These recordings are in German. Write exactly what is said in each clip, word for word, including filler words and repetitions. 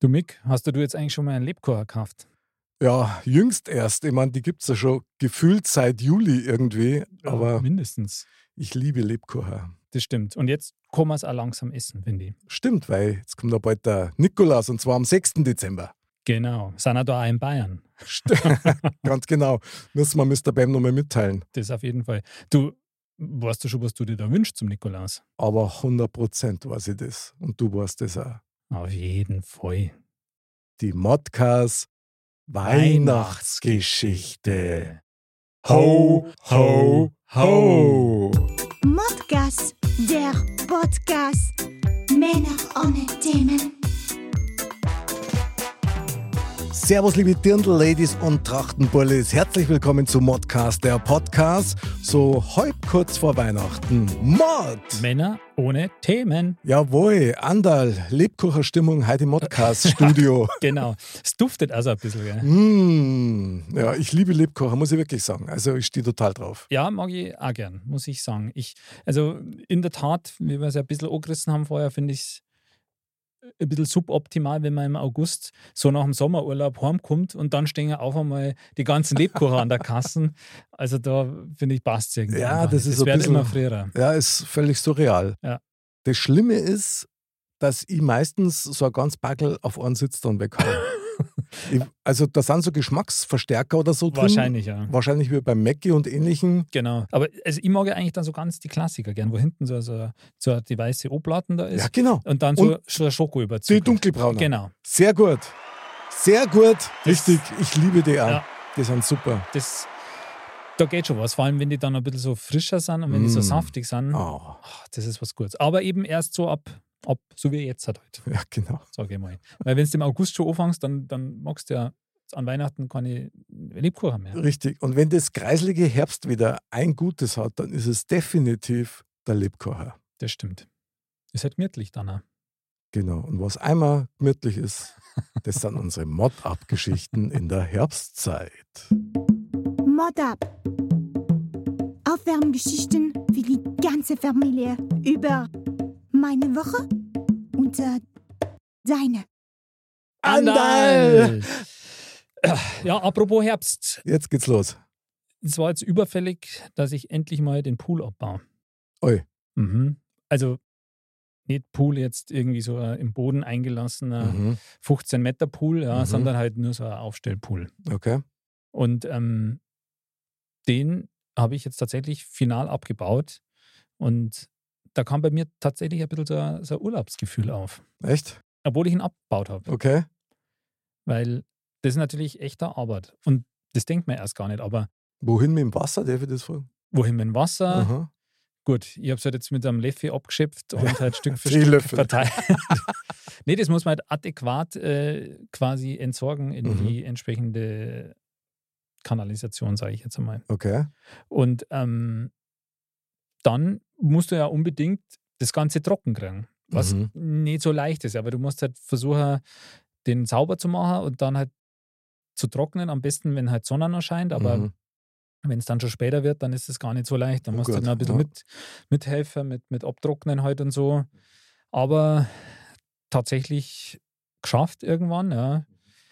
Du Mick, hast du jetzt eigentlich schon mal einen Lebkuchen gekauft? Ja, jüngst erst. Ich meine, die gibt es ja schon gefühlt seit Juli irgendwie. Ja, aber mindestens. ich liebe Lebkuchen. Das stimmt. Und jetzt kann man es auch langsam essen, finde ich. Stimmt, weil jetzt kommt ja bald der Nikolaus und zwar am sechsten Dezember. Genau. Sind auch da auch in Bayern. Ganz genau. Müssen wir Mister Bam nochmal mitteilen. Das auf jeden Fall. Du, weißt du schon, was du dir da wünschst zum Nikolaus? Aber hundert Prozent weiß ich das. Und du weißt das auch. Auf jeden Fall. Die Modcast Weihnachtsgeschichte. Ho, ho, ho. Modcast, der Podcast. Männer ohne Themen. Servus, liebe Dirndl-Ladies und Trachtenbullis. Herzlich willkommen zu Modcast, der Podcast. So halb kurz vor Weihnachten. Mod! Männer ohne Themen. Jawohl, Andal, Lebkuchenstimmung heute im Modcast-Studio. Genau. Es duftet also ein bisschen, gell? mm, ja, ich liebe Lebkuchen, muss ich wirklich sagen. Also ich stehe total drauf. Ja, mag ich auch gern, muss ich sagen. Ich, also in der Tat, wie wir es ja ein bisschen angerissen haben vorher, finde ich es ein bisschen suboptimal, wenn man im August so nach dem Sommerurlaub heimkommt und dann stehen ja auf einmal die ganzen Lebkuchen an der Kasse. Also da finde ich, passt es irgendwie. Ja, einfach das nicht. ist so ein wird bisschen- immer früher. Ja, ist völlig surreal. Ja. Das Schlimme ist, dass ich meistens so ein ganz Backel auf einen Sitz dann weghaue. ich, also da sind so Geschmacksverstärker oder so drin. Wahrscheinlich, ja. Wahrscheinlich wie beim Mackie und ähnlichen. Genau. Aber also ich mag ja eigentlich dann so ganz die Klassiker gern, wo hinten so, so, so die weiße Oblaten da ist. Ja, genau. Und dann so Und ein Schoko Die überzügelt. dunkelbraune. Genau. Sehr gut. Sehr gut. Richtig. Ich liebe die auch. Ja. Die sind super. Das, da geht schon was. Vor allem, wenn die dann ein bisschen so frischer sind und wenn die so Mm. saftig sind. Oh. Ach, das ist was Gutes. Aber eben erst so ab, ab so wie jetzt halt heute, Ja, genau. sage ich mal. Weil wenn du im August schon anfängst, dann, dann magst du ja an Weihnachten keine Lebkuchen mehr. Richtig. Und wenn das kreiselige Herbst wieder ein Gutes hat, dann ist es definitiv der Lebkuchen. Das stimmt. Ist halt gemütlich dann auch. Genau. Und was einmal gemütlich ist, das sind unsere Mod-Up-Geschichten in der Herbstzeit. Mod Up. Aufwärmgeschichten für die ganze Familie über meine Woche und äh, deine. Andal! Ja, apropos Herbst. Jetzt geht's los. Es war jetzt überfällig, dass ich endlich mal den Pool abbaue. Oi. Mhm. Also nicht Pool jetzt irgendwie so ein im Boden eingelassener Mhm. fünfzehn Meter Pool, ja, Mhm. sondern halt nur so ein Aufstellpool. Okay. Und ähm, den habe ich jetzt tatsächlich final abgebaut. Und da kam bei mir tatsächlich ein bisschen so ein, so ein Urlaubsgefühl auf. Echt? Obwohl ich ihn abgebaut habe. Okay. Weil das ist natürlich echter Arbeit. Und das denkt man erst gar nicht. Aber Wohin mit dem Wasser? Darf ich das fragen? wohin mit dem Wasser? Aha. Gut, ich habe es halt jetzt mit einem Löffel abgeschöpft und halt Stück für Teelöffel. Stück verteilt. Nee, das muss man halt adäquat äh, quasi entsorgen in Mhm. die entsprechende Kanalisation, sage ich jetzt einmal. Okay. Und ähm, dann musst du ja unbedingt das Ganze trocken kriegen. Was Mhm. nicht so leicht ist, aber du musst halt versuchen, den sauber zu machen und dann halt zu trocknen. Am besten, wenn halt Sonne noch scheint, aber Mhm. wenn es dann schon später wird, dann ist es gar nicht so leicht. Dann Oh musst du Gott, noch ein bisschen ja. mit, mithelfen, mit, mit Abtrocknen halt und so. Aber tatsächlich geschafft irgendwann, ja.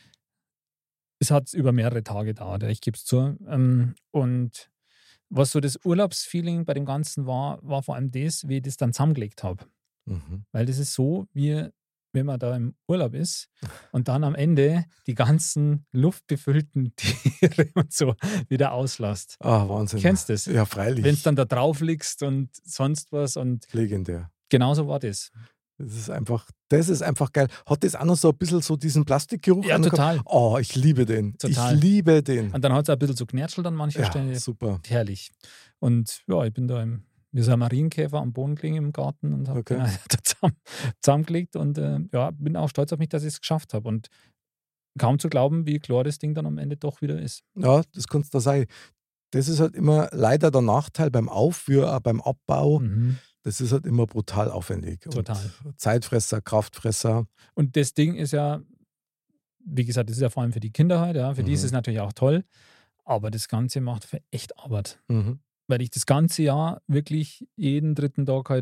Es hat über mehrere Tage gedauert, ja, ich gebe es zu. Ähm, Und was so das Urlaubsfeeling bei dem Ganzen war, war vor allem das, wie ich das dann zusammengelegt habe. Mhm. Weil das ist so, wie wenn man da im Urlaub ist und dann am Ende die ganzen luftbefüllten Tiere und so wieder auslässt. Ah, Wahnsinn. Kennst du das? Ja, freilich. Wenn es dann da drauf liegst und sonst was. Und Legendär. genauso war das. Das ist einfach, das ist einfach geil. Hat das auch noch so ein bisschen so diesen Plastikgeruch? Ja, angehabt? total. Oh, ich liebe den. Total. Ich liebe den. Und dann hat es ein bisschen so knärtschelt an manchen Ja, Stellen. super. Herrlich. Und ja, ich bin da im, wie so ein Marienkäfer am Boden gelegen im Garten und habe Okay. den da zusammen, zusammengelegt und äh, ja, bin auch stolz auf mich, dass ich es geschafft habe. Und kaum zu glauben, wie klar das Ding dann am Ende doch wieder ist. Ja, das kann es da sein. Das ist halt immer leider der Nachteil beim Auf- wie auch beim Abbau. Mhm. Das ist halt immer brutal aufwendig. Total. Und Zeitfresser, Kraftfresser. Und das Ding ist ja, wie gesagt, das ist ja vor allem für die Kinder halt, ja. Für die ist Mhm. es natürlich auch toll, aber das Ganze macht für echt Arbeit. Mhm. Weil ich das ganze Jahr wirklich jeden dritten Tag halt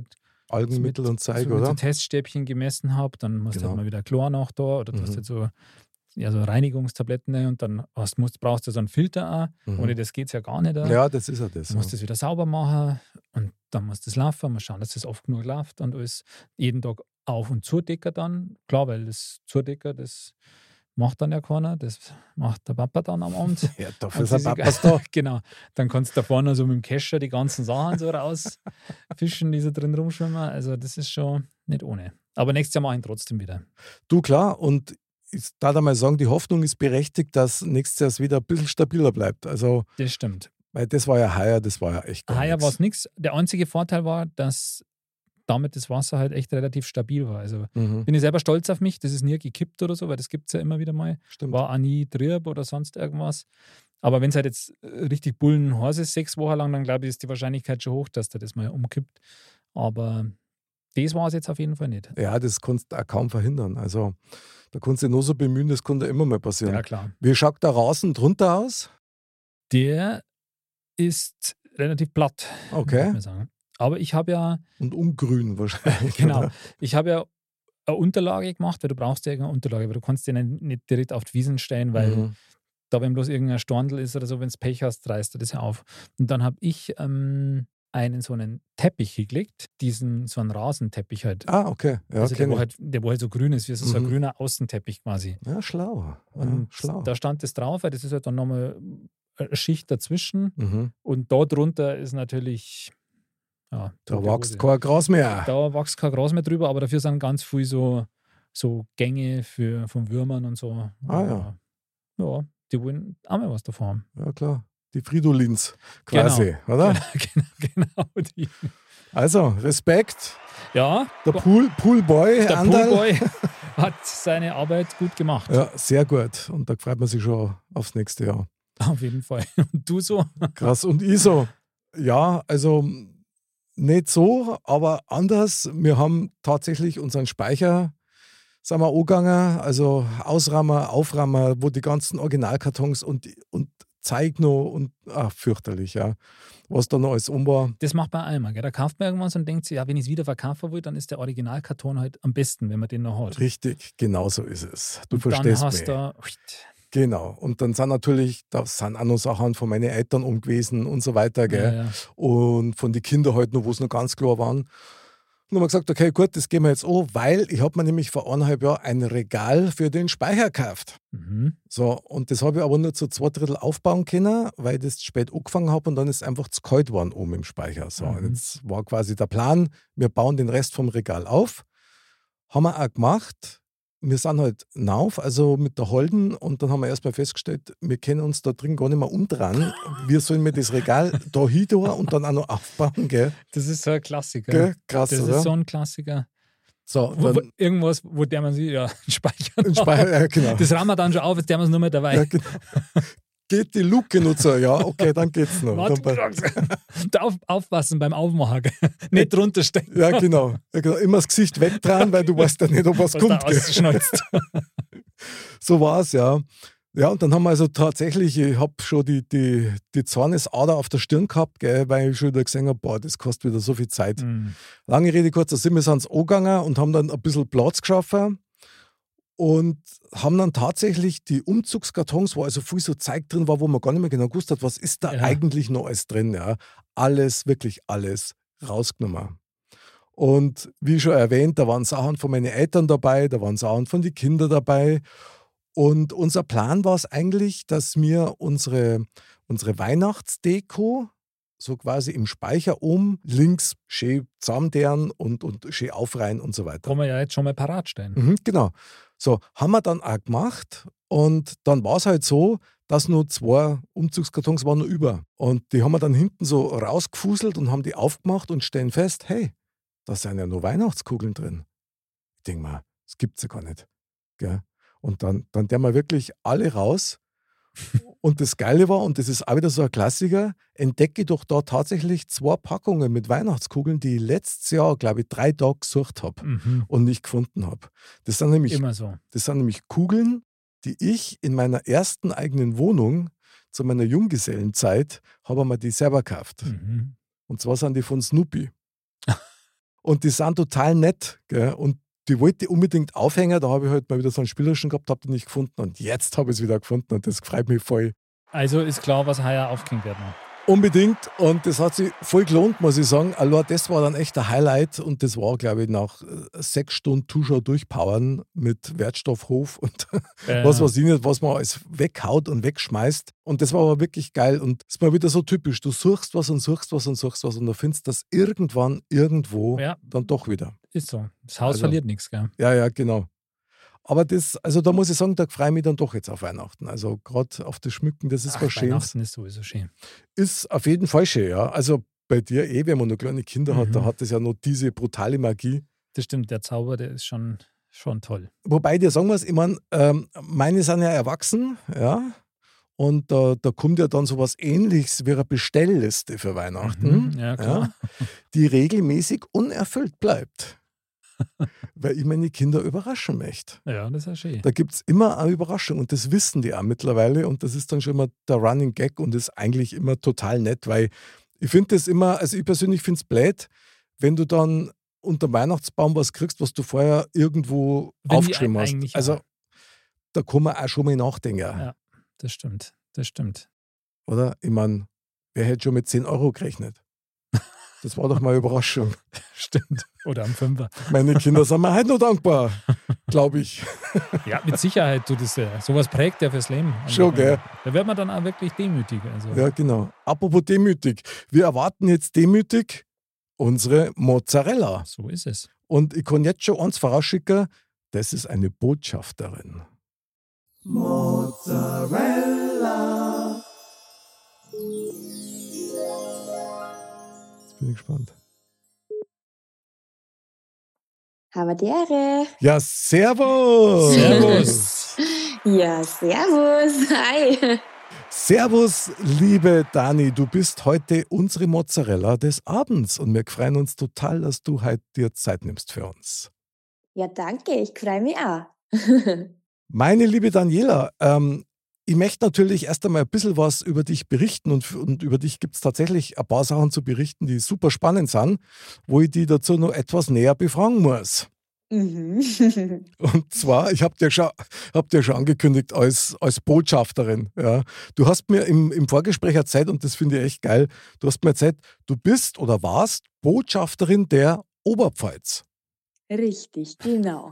Algenmittel mit, und Zeug, so mit oder? so Teststäbchen gemessen habe, dann musst du Genau. halt mal wieder Chlor nach da oder du Mhm. hast halt so, ja, so Reinigungstabletten ne, und dann hast, musst, brauchst du so einen Filter auch. Mhm. Ohne das geht es ja gar nicht. auch. Ja, das ist ja das. Dann musst du Ja. es wieder sauber machen und dann musst du es laufen. Mal schauen, dass es oft genug läuft und alles jeden Tag auf- und zudecken dann. Klar, weil das Zudecken, das macht dann ja keiner. Das macht der Papa dann am Abend. Ja, dafür Und ist ein diese- Papas da. Genau. Dann kannst du da vorne so mit dem Kescher die ganzen Sachen so rausfischen, die so drin rumschwimmen. Also das ist schon nicht ohne. Aber nächstes Jahr mache ich ihn trotzdem wieder. Du, klar, und ich darf da mal sagen, die Hoffnung ist berechtigt, dass nächstes Jahr es wieder ein bisschen stabiler bleibt. Also, Das stimmt. weil das war ja heuer, das war ja echt gar Heuer nichts. war es nichts. Der einzige Vorteil war, dass damit das Wasser halt echt relativ stabil war. Also Mhm, bin ich selber stolz auf mich. Das ist nie gekippt oder so, weil das gibt es ja immer wieder mal. stimmt. War auch nie trüb oder sonst irgendwas. Aber wenn es halt jetzt äh, richtig bullenheiß ist, sechs Wochen lang, dann glaube ich, ist die Wahrscheinlichkeit schon hoch, dass der das mal umkippt. Aber das war es jetzt auf jeden Fall nicht. Ja, das kannst du auch kaum verhindern. Also, da kannst du dich nur so bemühen, das kann da immer mal passieren. Ja, klar. Wie schaut der Rasen drunter aus? Der ist relativ platt, würde Okay. man sagen. Aber ich habe ja, Und ungrün wahrscheinlich. genau, oder? ich habe ja eine Unterlage gemacht, weil du brauchst ja irgendeine Unterlage, weil du kannst den nicht, nicht direkt auf die Wiesen stellen, weil Mhm. da, wenn bloß irgendein Storndl ist oder so, wenn es Pech hast, reißt er das ja auf. Und dann habe ich ähm, einen so einen Teppich gelegt, diesen, so einen Rasenteppich halt. Ah, okay. Ja, also der kenn wo, ich. halt, der, wo halt so grün ist, wie so, so ein Mhm. grüner Außenteppich quasi. Ja, schlau. Ja, Und schlau. da stand das drauf, weil das ist halt dann nochmal eine Schicht dazwischen. Mhm. Und da drunter ist natürlich, ja, Da tote wächst Hose. kein Gras mehr. Da wächst kein Gras mehr drüber, aber dafür sind ganz viele so, so Gänge für, von Würmern und so. Ah, ja. Ja, die wollen auch mal was davon haben. Ja, klar. Die Fridolins quasi, oder? genau, genau die. Also, Respekt. Ja, Der Pool, Poolboy, der Anderl. Poolboy hat seine Arbeit gut gemacht. Ja, sehr gut. Und da freut man sich schon aufs nächste Jahr. Auf jeden Fall. Und du so? Krass. Und ich so, ja, also nicht so, aber anders. Wir haben tatsächlich unseren Speicher, sind wir angegangen, also Ausrammer, Auframmer, wo die ganzen Originalkartons und, und Zeig noch und ach, fürchterlich, ja. Was da noch alles um war. Das macht man einmal. Gell? Da kauft man irgendwas und denkt sich, ja, wenn ich es wieder verkaufen will, dann ist der Originalkarton halt am besten, wenn man den noch hat. Richtig, genau so ist es. Du und verstehst dann hast mich. du Genau. Und dann sind natürlich, da sind auch noch Sachen von meinen Eltern um gewesen und so weiter, gell. ja, ja. Und von den Kindern halt noch, wo es noch ganz klar waren. Und dann haben wir gesagt, okay, gut, das gehen wir jetzt an, weil ich habe mir nämlich vor eineinhalb Jahren ein Regal für den Speicher gekauft. Mhm. So, und das habe ich aber nur zu zwei Drittel aufbauen können, weil ich das zu spät angefangen habe und dann ist es einfach zu kalt geworden oben im Speicher. So, Mhm. und jetzt war quasi der Plan, wir bauen den Rest vom Regal auf. Haben wir auch gemacht. Wir sind halt rauf, also mit der Holden, und dann haben wir erstmal festgestellt, wir können uns da drin gar nicht mehr umdrehen. Wir sollen mir das Regal da hin tun und dann auch noch aufbauen, gell? Das ist so ein Klassiker. Gell? Krass, Das oder? ist so ein Klassiker. So, Wo, wo, dann, irgendwas, wo der man sich ja speichern ein Speicher, ja, genau. Das rahmen wir dann schon auf, jetzt der man es nur mehr dabei. Ja, genau. Geht die Luke Nutzer? Ja, okay, dann geht's noch. Warte, Dann, da auf, aufpassen beim Aufmachen. gell? Nicht drunter stecken, ja, genau. ja, genau. Immer das Gesicht wegdrehen, weil du weißt ja nicht, ob was was kommt. da Gell? ausschneuzt. So war es, ja. Ja, und dann haben wir also tatsächlich, ich habe schon die, die, die Zornesader auf der Stirn gehabt, gell, weil ich schon wieder gesehen habe, boah, das kostet wieder so viel Zeit. Mhm. Lange Rede, kurzer Sinn, wir sind ins angegangen und haben dann ein bisschen Platz geschaffen und haben dann tatsächlich die Umzugskartons, wo also viel so Zeug drin war, wo man gar nicht mehr genau gewusst hat, was ist da Ja. eigentlich noch alles drin. Ja. Alles, wirklich alles rausgenommen. Und wie schon erwähnt, da waren Sachen von meinen Eltern dabei, da waren Sachen von den Kindern dabei. Und unser Plan war es eigentlich, dass wir unsere, unsere Weihnachtsdeko so quasi im Speicher um links schön zusammenderen und, und schön aufreihen und so weiter. Kann man ja jetzt schon mal parat stellen. Mhm, genau. So, haben wir dann auch gemacht und dann war es halt so, dass nur zwei Umzugskartons waren noch über. Und die haben wir dann hinten so rausgefuselt und haben die aufgemacht und stellen fest, hey, da sind ja nur Weihnachtskugeln drin. Ich denke mal, das gibt's ja gar nicht. Gell? Und dann, dann der mal wirklich alle raus. Und das Geile war, und das ist auch wieder so ein Klassiker, entdecke ich doch da tatsächlich zwei Packungen mit Weihnachtskugeln, die ich letztes Jahr, glaube ich, drei Tage gesucht habe Mhm. und nicht gefunden habe. Das sind nämlich, Immer so. das sind nämlich Kugeln, die ich in meiner ersten eigenen Wohnung zu meiner Junggesellenzeit habe mir die selber gekauft. Mhm. Und zwar sind die von Snoopy. Und die sind total nett. Gell? Und die wollte ich unbedingt aufhängen. Da habe ich halt mal wieder so einen Spielerischen gehabt, habe den nicht gefunden. Und jetzt habe ich es wieder gefunden und das freut mich voll. Also ist klar, was heuer aufgehängt wird noch. Unbedingt. Und das hat sich voll gelohnt, muss ich sagen. Also das war dann echt ein Highlight. Und das war, glaube ich, nach sechs Stunden Zuschau durchpowern mit Wertstoffhof und Ja. was weiß ich nicht, was man alles weghaut und wegschmeißt. Und das war aber wirklich geil. Und es ist mal wieder so typisch. Du suchst was und suchst was und suchst was und du findest das irgendwann, irgendwo Ja. dann doch wieder. Ist so. Das Haus Also- verliert nichts, gell? Ja, ja, genau. Aber das, also da muss ich sagen, da freue ich mich dann doch jetzt auf Weihnachten. Also gerade auf das Schmücken, das ist Ach, was Schönes. Weihnachten ist sowieso schön. Ist auf jeden Fall schön, ja. Also bei dir eh, wenn man noch kleine Kinder hat, Mhm. da hat das ja noch diese brutale Magie. Das stimmt, der Zauber, der ist schon, schon toll. Wobei dir sagen wir es, ich meine, ähm, meine sind ja erwachsen, ja. Und da, da kommt ja dann sowas Ähnliches wie eine Bestellliste für Weihnachten, Mhm, ja, klar. die regelmäßig unerfüllt bleibt. Weil ich meine Kinder überraschen möchte. Ja, das ist ja schön. Da gibt es immer eine Überraschung und das wissen die auch mittlerweile und das ist dann schon immer der Running Gag und ist eigentlich immer total nett, weil ich finde das immer, also ich persönlich finde es blöd, wenn du dann unter dem Weihnachtsbaum was kriegst, was du vorher irgendwo Wenn die aufgeschrieben ein- hast. eigentlich Also auch. da kann man auch schon mal nachdenken, Ja. Das stimmt, das stimmt. oder? Ich meine, wer hätte schon mit zehn Euro gerechnet? Das war doch mal eine Überraschung. Stimmt. Oder am Fünfer. Meine Kinder sind mir heute noch dankbar, glaube ich. Ja, mit Sicherheit tut es ja. Sowas prägt ja fürs Leben. Und Schon, da- gell? Da wird man dann auch wirklich demütig. Also. Ja, genau. Apropos demütig. Wir erwarten jetzt demütig unsere Mozzarella. So ist es. Und ich kann jetzt schon eins vorausschicken, das ist eine Botschafterin. Mozzarella. Jetzt bin ich gespannt. Habe die Ehre. Ja, servus. Servus. Ja, servus. Hi. Servus, liebe Dani. Du bist heute unsere Mozzarella des Abends und wir freuen uns total, dass du heute dir Zeit nimmst für uns. Ja, danke. Ich freue mich auch. Meine liebe Daniela, ähm, ich möchte natürlich erst einmal ein bisschen was über dich berichten und, und über dich gibt es tatsächlich ein paar Sachen zu berichten, die super spannend sind, wo ich dich dazu noch etwas näher befragen muss. Mhm. Und zwar, ich habe dir schon, hab dir schon angekündigt als, als Botschafterin. Ja. Du hast mir im, im Vorgespräch erzählt, und das finde ich echt geil, du hast mir erzählt, du bist oder warst Botschafterin der Oberpfalz. Richtig, genau.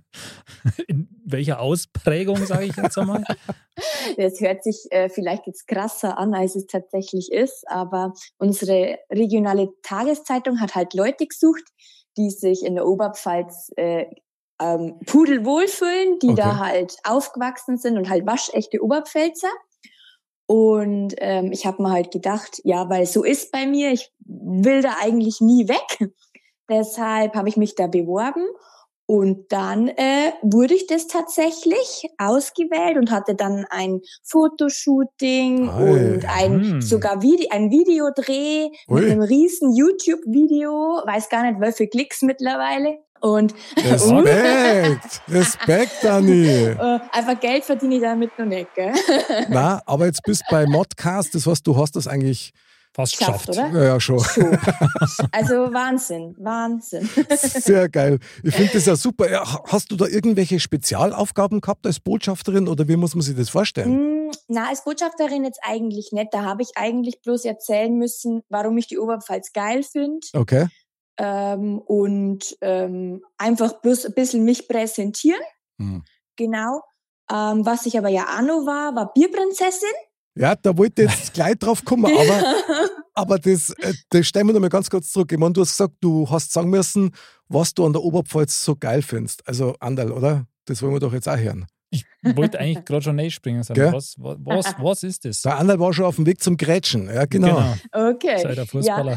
In welcher Ausprägung, sage ich jetzt einmal? Das hört sich äh, vielleicht jetzt krasser an, als es tatsächlich ist, aber unsere regionale Tageszeitung hat halt Leute gesucht, die sich in der Oberpfalz äh, ähm, pudelwohl fühlen, die Okay. da halt aufgewachsen sind und halt waschechte Oberpfälzer. Und ähm, ich habe mir halt gedacht, ja, weil so ist bei mir, ich will da eigentlich nie weg. Deshalb habe ich mich da beworben. Und dann äh, wurde ich das tatsächlich ausgewählt und hatte dann ein Fotoshooting Ei. und ein Hm. sogar Vide- ein Videodreh Ui. mit einem riesen YouTube-Video, weiß gar nicht, wie viele Klicks mittlerweile. Und Respekt, Respekt, Dani. äh, einfach Geld verdiene ich damit noch nicht, gell? Na, aber jetzt bist du bei Modcast, das heißt, du hast das eigentlich, Fast Geschafft, geschafft. oder? ja, ja schon, So. Also Wahnsinn, Wahnsinn. sehr geil. Ich finde das ja super. Ja, hast du da irgendwelche Spezialaufgaben gehabt als Botschafterin oder wie muss man sich das vorstellen? Mm, Na, als Botschafterin jetzt eigentlich nicht. Da habe ich eigentlich bloß erzählen müssen, warum ich die Oberpfalz geil finde. Okay. Ähm, und ähm, einfach bloß ein bisschen mich präsentieren. Hm. Genau. Ähm, was ich aber ja auch noch war, war Bierprinzessin. Ja, da wollte ich jetzt gleich drauf kommen, aber, aber das, äh, das stellen wir noch mal ganz kurz zurück. Ich meine, du hast gesagt, du hast sagen müssen, was du an der Oberpfalz so geil findest. Also Anderl, oder? Das wollen wir doch jetzt auch hören. Ich wollte eigentlich gerade schon springen. Gell? Was, was, was, was ist das? Der Anderl war schon auf dem Weg zum Grätschen. Ja, genau. Okay. Sei der Fußballer.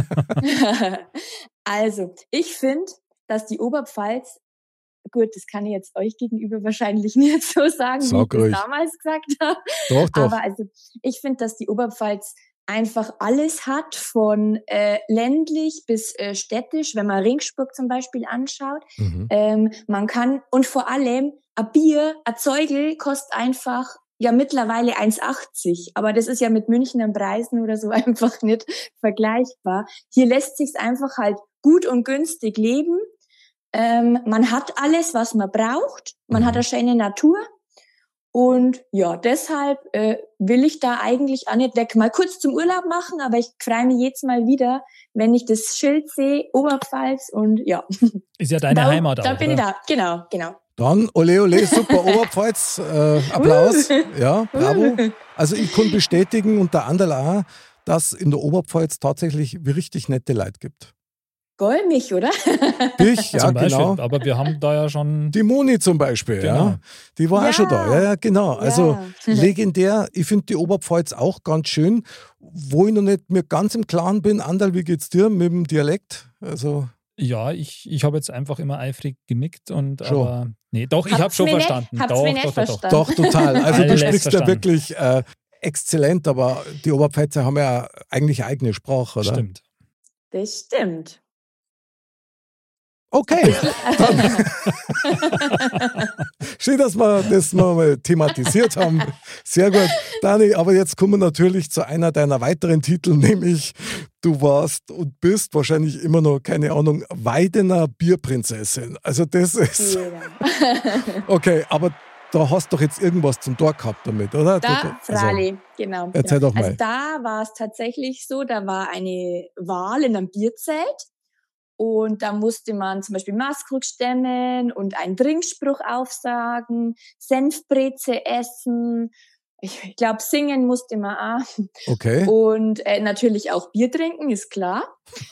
Also, ich finde, dass die Oberpfalz, gut, das kann ich jetzt euch gegenüber wahrscheinlich nicht so sagen, Sag wie ich ruhig. das damals gesagt habe. Doch, doch. Aber also, ich finde, dass die Oberpfalz einfach alles hat, von äh, ländlich bis äh, städtisch, wenn man Ringsburg zum Beispiel anschaut. Mhm. Ähm, man kann, und vor allem, ein Bier, ein Zeugel kostet einfach ja mittlerweile eins achtzig, aber das ist ja mit Münchner Preisen oder so einfach nicht vergleichbar. Hier lässt sich's einfach halt gut und günstig leben. Ähm, man hat alles, was man braucht. Man Mhm. hat eine schöne Natur. Und ja, deshalb äh, will ich da eigentlich auch nicht weg mal kurz zum Urlaub machen, aber ich freue mich jetzt mal wieder, wenn ich das Schild sehe, Oberpfalz und ja. Ist ja deine da, Heimat Da auch, bin oder? ich da, genau, genau. Dann, ole, ole, super Oberpfalz, äh, Applaus. Ja, bravo. Also ich kann bestätigen und der Anderl auch, dass in der Oberpfalz tatsächlich richtig nette Leute gibt. Goll mich, oder? Dich, ja, Zum Beispiel. genau. Aber wir haben da ja schon. Die Moni zum Beispiel, Genau. ja. Die war Ja. auch schon da. Ja, ja, genau. Also Ja. legendär. Ich finde die Oberpfalz auch ganz schön. Wo ich noch nicht mir ganz im Klaren bin, Anderl, wie geht's dir mit dem Dialekt? Also Ja, ich, ich habe jetzt einfach immer eifrig genickt und Schon. aber nee, doch, ich Habt's habe schon mir nicht- verstanden. habt's doch, mir nicht doch, doch, doch. verstanden. doch, total. Also du Alles sprichst ja verstanden. wirklich äh, exzellent, aber die Oberpfälzer haben ja eigentlich eine eigene Sprache, oder? Stimmt. Das stimmt. Okay, dann schön, dass wir das mal thematisiert haben. Sehr gut. Dani, aber jetzt kommen wir natürlich zu einer deiner weiteren Titel, nämlich du warst und bist wahrscheinlich immer noch, keine Ahnung, Weidener Bierprinzessin. Also das ist, okay, aber da hast du doch jetzt irgendwas zum Tor gehabt damit, oder? Da, Also, Frali, genau. erzähl genau. doch mal. Also da war es tatsächlich so, da war eine Wahl in einem Bierzelt und da musste man zum Beispiel Maßkrug stemmen und einen Trinkspruch aufsagen, Senfbreze essen, ich glaube singen musste man auch okay. und äh, natürlich auch Bier trinken, ist klar.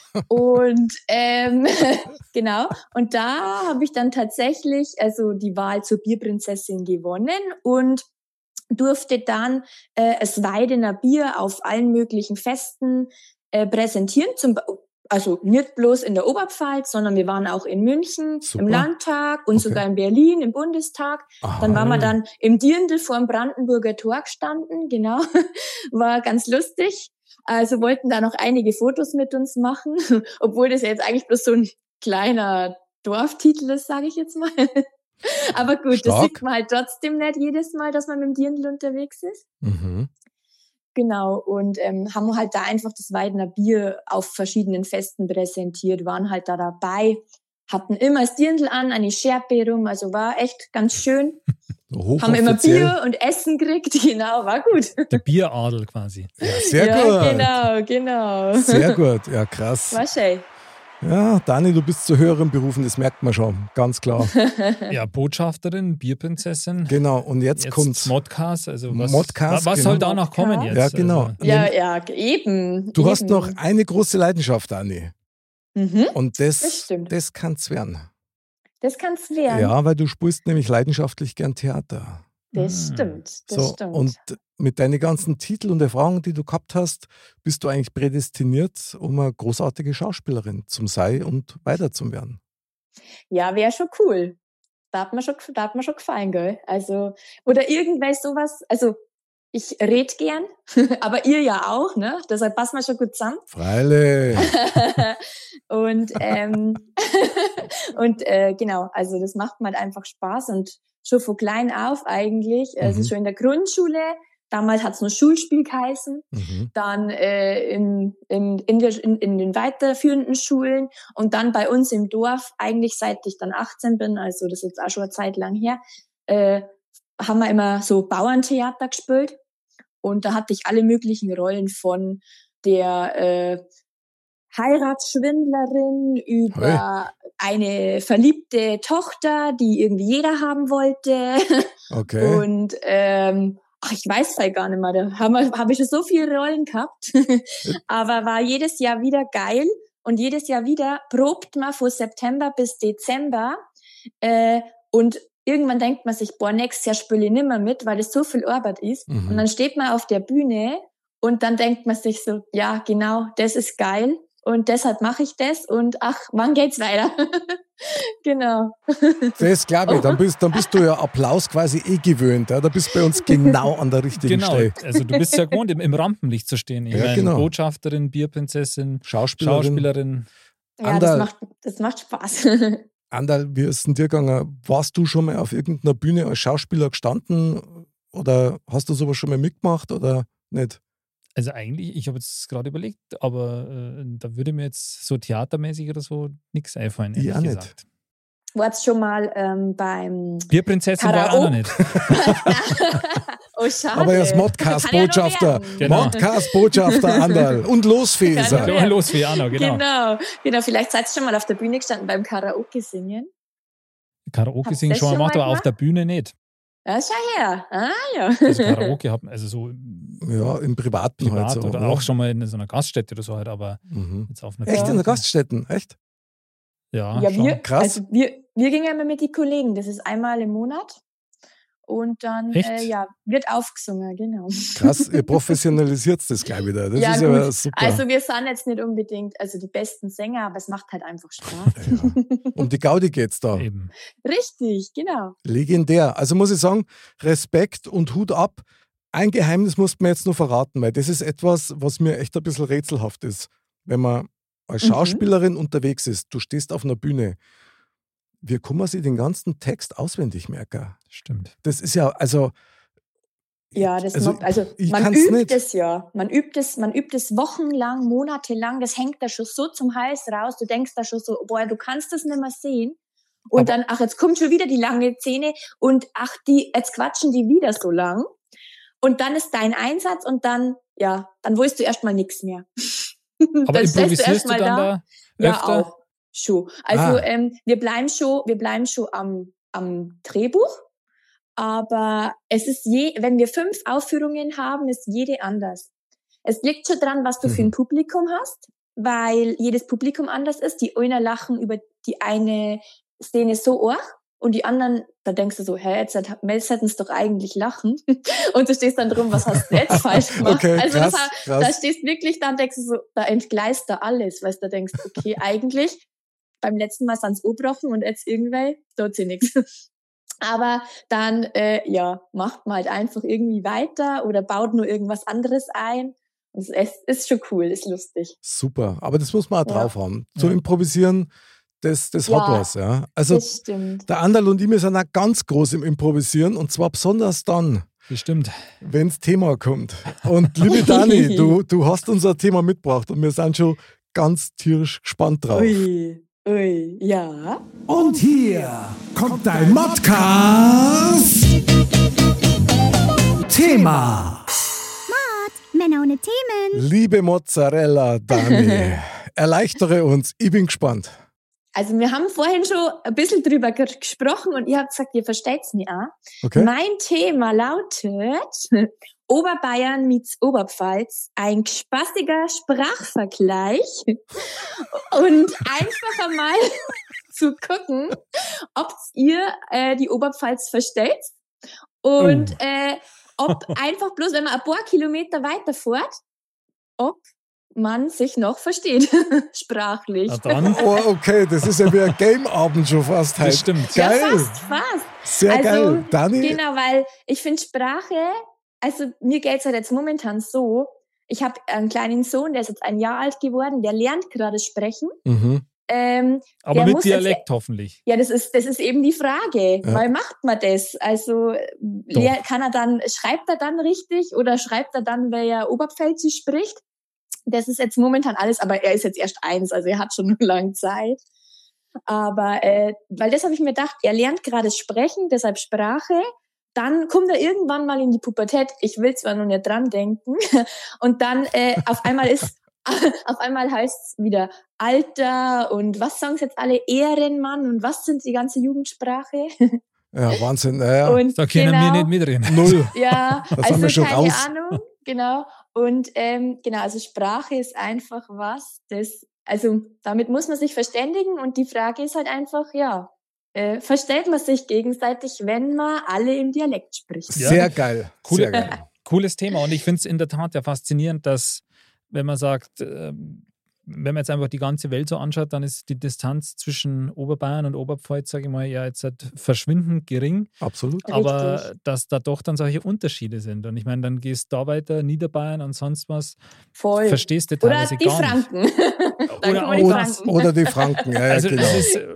Und ähm, genau, und da habe ich dann tatsächlich also die Wahl zur Bierprinzessin gewonnen und durfte dann äh, das Weidener Bier auf allen möglichen Festen äh, präsentieren. Zum, also nicht bloß in der Oberpfalz, sondern wir waren auch in München, Super. im Landtag und Okay. sogar in Berlin, im Bundestag. Aha. Dann waren wir dann im Dirndl vor dem Brandenburger Tor gestanden, genau. War ganz lustig. Also wollten da noch einige Fotos mit uns machen, obwohl das ja jetzt eigentlich bloß so ein kleiner Dorftitel ist, sage ich jetzt mal. Aber gut, Stark. das sieht man halt trotzdem nicht jedes Mal, dass man mit dem Dirndl unterwegs ist. Mhm. Genau, und ähm, haben halt da einfach das Weidener Bier auf verschiedenen Festen präsentiert, waren halt da dabei, hatten immer das Dirndl an, eine Schärpe rum, also war echt ganz schön. Haben immer Hochoffiziell. Bier und Essen gekriegt, genau, war gut. Der Bieradel quasi. Ja, sehr ja, gut. genau, genau. Sehr gut, ja krass. War schön. Ja, Dani, du bist zu höheren Berufen, das merkt man schon, ganz klar. Ja, Botschafterin, Bierprinzessin. Genau, und jetzt, Jetzt kommt's. Modcast, also was, Modcast, was genau. soll da noch kommen jetzt? Ja, genau. Also, Ja, ja, eben. Du eben. hast noch eine große Leidenschaft, Dani. Mhm. Und das, Das stimmt. das kann's werden. Das kann's werden. Ja, weil du spielst nämlich leidenschaftlich gern Theater. Das Hm. stimmt, das so, stimmt. und mit deinen ganzen Titeln und Erfahrungen, die du gehabt hast, bist du eigentlich prädestiniert, um eine großartige Schauspielerin zum sein und weiter zu werden. Ja, wäre schon cool. Da hat mir schon, da hat mir schon gefallen, gell? Also, oder irgendwas sowas, also ich red gern, aber ihr ja auch, ne? Deshalb passen wir schon gut zusammen. Freilich. und ähm, und äh, genau, also das macht mir halt einfach Spaß und schon von klein auf eigentlich, also Mhm. schon in der Grundschule, damals hat's noch Schulspiel geheißen, Mhm. dann äh, in, in, in, der, in, in den weiterführenden Schulen und dann bei uns im Dorf, eigentlich seit ich dann achtzehn bin, also das ist jetzt auch schon eine Zeit lang her, äh, haben wir immer so Bauerntheater gespielt und da hatte ich alle möglichen Rollen von der äh, Heiratsschwindlerin über eine verliebte Tochter, die irgendwie jeder haben wollte. Okay. Und ähm, ach, ich weiß halt gar nicht mehr, da habe hab ich schon so viele Rollen gehabt. Aber war jedes Jahr wieder geil. Und jedes Jahr wieder probt man von September bis Dezember. Äh, und irgendwann denkt man sich, boah, nächstes Jahr spiele ich nimmer mit, weil es so viel Arbeit ist. Mhm. Und dann steht man auf der Bühne und dann denkt man sich so, ja, genau, das ist geil. Und deshalb mache ich das und ach, wann geht's weiter? Genau. Das glaube ich, dann bist, dann bist du ja Applaus quasi eh gewöhnt. Ja? Da bist du bei uns genau an der richtigen genau, Stelle. also du bist ja gewohnt, im, im Rampenlicht zu stehen. Ich Ja, meine, genau. Botschafterin, Bierprinzessin, Schauspielerin. Schauspielerin. Ja, Anderl. das macht, das macht Spaß. Anderl, wie ist denn dir gegangen? Warst du schon mal auf irgendeiner Bühne als Schauspieler gestanden oder hast du sowas schon mal mitgemacht oder nicht? Also eigentlich, ich habe jetzt gerade überlegt, aber äh, da würde mir jetzt so theatermäßig oder so nichts einfallen, ehrlich Ich auch nicht. gesagt. Warst schon mal ähm, beim Bierprinzessin war auch noch nicht. Oh, schade. Aber er ist Modcast-Botschafter. Kann ja noch werden. Genau. Modcast-Botschafter, Anderl. Und Losfeser. Kann Ja, los wie Anna, genau. Genau. genau, vielleicht seid ihr schon mal auf der Bühne gestanden beim Karaoke singen. Karaoke Habt singen ihr schon mal schon gemacht, mal aber auf der Bühne nicht. Ja, schau her. Ah, ja. Also Karaoke haben, also so Ja, im Privaten privat halt so. oder ja. auch schon mal in so einer Gaststätte oder so halt, aber Mhm. jetzt auf einer Echt, in der Bühne. Gaststätten? Echt? Ja, Ja, schon. wir, Krass. also wir, wir gingen immer mit den Kollegen. Das ist einmal im Monat. Und dann Echt? äh, ja, wird aufgesungen, genau. Krass, ihr professionalisiert das gleich wieder. Das ja, ist gut. ja super. Also wir sind jetzt nicht unbedingt also die besten Sänger, aber es macht halt einfach Spaß. Ja. Um die Gaudi geht's da. Eben. Richtig, genau. Legendär. Also muss ich sagen, Respekt und Hut ab. Ein Geheimnis musst du mir jetzt nur verraten, weil das ist etwas, was mir echt ein bisschen rätselhaft ist. Wenn man als Mhm. Schauspielerin unterwegs ist, du stehst auf einer Bühne, wie kann man sich den ganzen Text auswendig merken? Stimmt. Das ist ja, also... Ja, das also, macht, also ich man kann's übt nicht. es ja. Man übt es, man übt es wochenlang, monatelang, das hängt da schon so zum Hals raus. Du denkst da schon so, boah, du kannst das nicht mehr sehen. Und Aber- dann, ach, jetzt kommt schon wieder die lange Szene und ach, die, jetzt quatschen die wieder so lang. Und dann ist dein Einsatz und dann, ja, dann willst du erstmal nichts mehr. Aber Dann stehst improvisierst du erst mal dann da, Ja, öfter? auch. Schon. Also Ah. ähm, wir bleiben schon, wir bleiben schon am, am Drehbuch. Aber es ist je, wenn wir fünf Aufführungen haben, ist jede anders. Es liegt schon dran, was du für ein Mhm. Publikum hast, weil jedes Publikum anders ist. Die einen lachen über die eine Szene so arg und die anderen, da denkst du so, hä, jetzt hätten es doch eigentlich lachen. Und du stehst dann drum, was hast du jetzt falsch gemacht? Okay, also krass, das, krass. da stehst wirklich, dann denkst du so, da entgleist da alles, weil du denkst, okay, eigentlich beim letzten Mal sind es gebrochen und jetzt irgendwie tut sie nichts. Aber dann, äh, ja, macht man halt einfach irgendwie weiter oder baut nur irgendwas anderes ein. Und es ist schon cool, ist lustig. Super, aber das muss man auch Ja. drauf haben. Zu Ja. improvisieren, das, das hat Ja, was. Ja. Also Das stimmt. der Anderl und ich, wir sind auch ganz groß im Improvisieren und zwar besonders dann, Bestimmt. wenn das Thema kommt. Und liebe Dani, du, du hast unser Thema mitgebracht und wir sind schon ganz tierisch gespannt drauf. Ui, ui, ja. Und hier kommt dein Modcast Thema. Männer ohne Themen. Liebe Mozzarella, Dani, erleichtere uns, ich bin gespannt. Also wir haben vorhin schon ein bisschen drüber ge- gesprochen und ihr habt gesagt, ihr versteht's mich auch. Okay? Mein Thema lautet Oberbayern meets Oberpfalz, ein spaßiger Sprachvergleich und einfach einmal zu gucken, ob ihr äh, die Oberpfalz versteht und Oh. äh, ob einfach bloß, wenn man ein paar Kilometer weiterfährt, ob man sich noch versteht, sprachlich. Na dann, Oh, okay, das ist ja wie ein Gameabend schon fast heute. das stimmt. Ja, Geil, fast, fast. sehr Also, geil. Dani, Genau, weil ich finde Sprache, also mir geht's halt jetzt momentan so, ich habe einen kleinen Sohn, der ist jetzt ein Jahr alt geworden, der lernt gerade sprechen. mhm. Ähm, Aber der mit muss jetzt- Dialekt hoffentlich. Ja, das ist, das ist eben die Frage. Ja. Weil macht man das? Also lehr, kann er dann, schreibt er dann richtig oder schreibt er dann, wer ja Oberpfälzisch spricht? Das ist jetzt momentan alles, aber er ist jetzt erst eins, also er hat schon lange Zeit. Aber äh, weil das habe ich mir gedacht, er lernt gerade sprechen, deshalb Sprache. Dann kommt er irgendwann mal in die Pubertät. Ich will zwar noch nicht dran denken. Und dann äh, auf einmal ist auf einmal heißt es wieder Alter und was sagen sie jetzt alle? Ehrenmann und was sind die ganze Jugendsprache? Ja, Wahnsinn. Naja, Und Da können genau, wir nicht mitreden. null. Ja, Da sind also wir schon keine raus. Ahnung, genau. Und ähm, genau, also Sprache ist einfach was, das, also damit muss man sich verständigen und die Frage ist halt einfach, ja, äh, versteht man sich gegenseitig, wenn man alle im Dialekt spricht? Ja. Sehr geil. Coole- Sehr geil. Cooles Thema. Und ich finde es in der Tat ja faszinierend, dass, wenn man sagt, ähm, wenn man jetzt einfach die ganze Welt so anschaut, dann ist die Distanz zwischen Oberbayern und Oberpfalz, sage ich mal, ja jetzt halt verschwindend gering. Absolut. Aber Richtig. dass da doch dann solche Unterschiede sind. Und ich meine, dann gehst du da weiter, Niederbayern und sonst was, Voll. verstehst du Oder teilweise die gar nicht. Franken. Dann Oder kommen die auch Oder, Franken. oder die Franken. Ja, ja, Also genau. das ist, äh,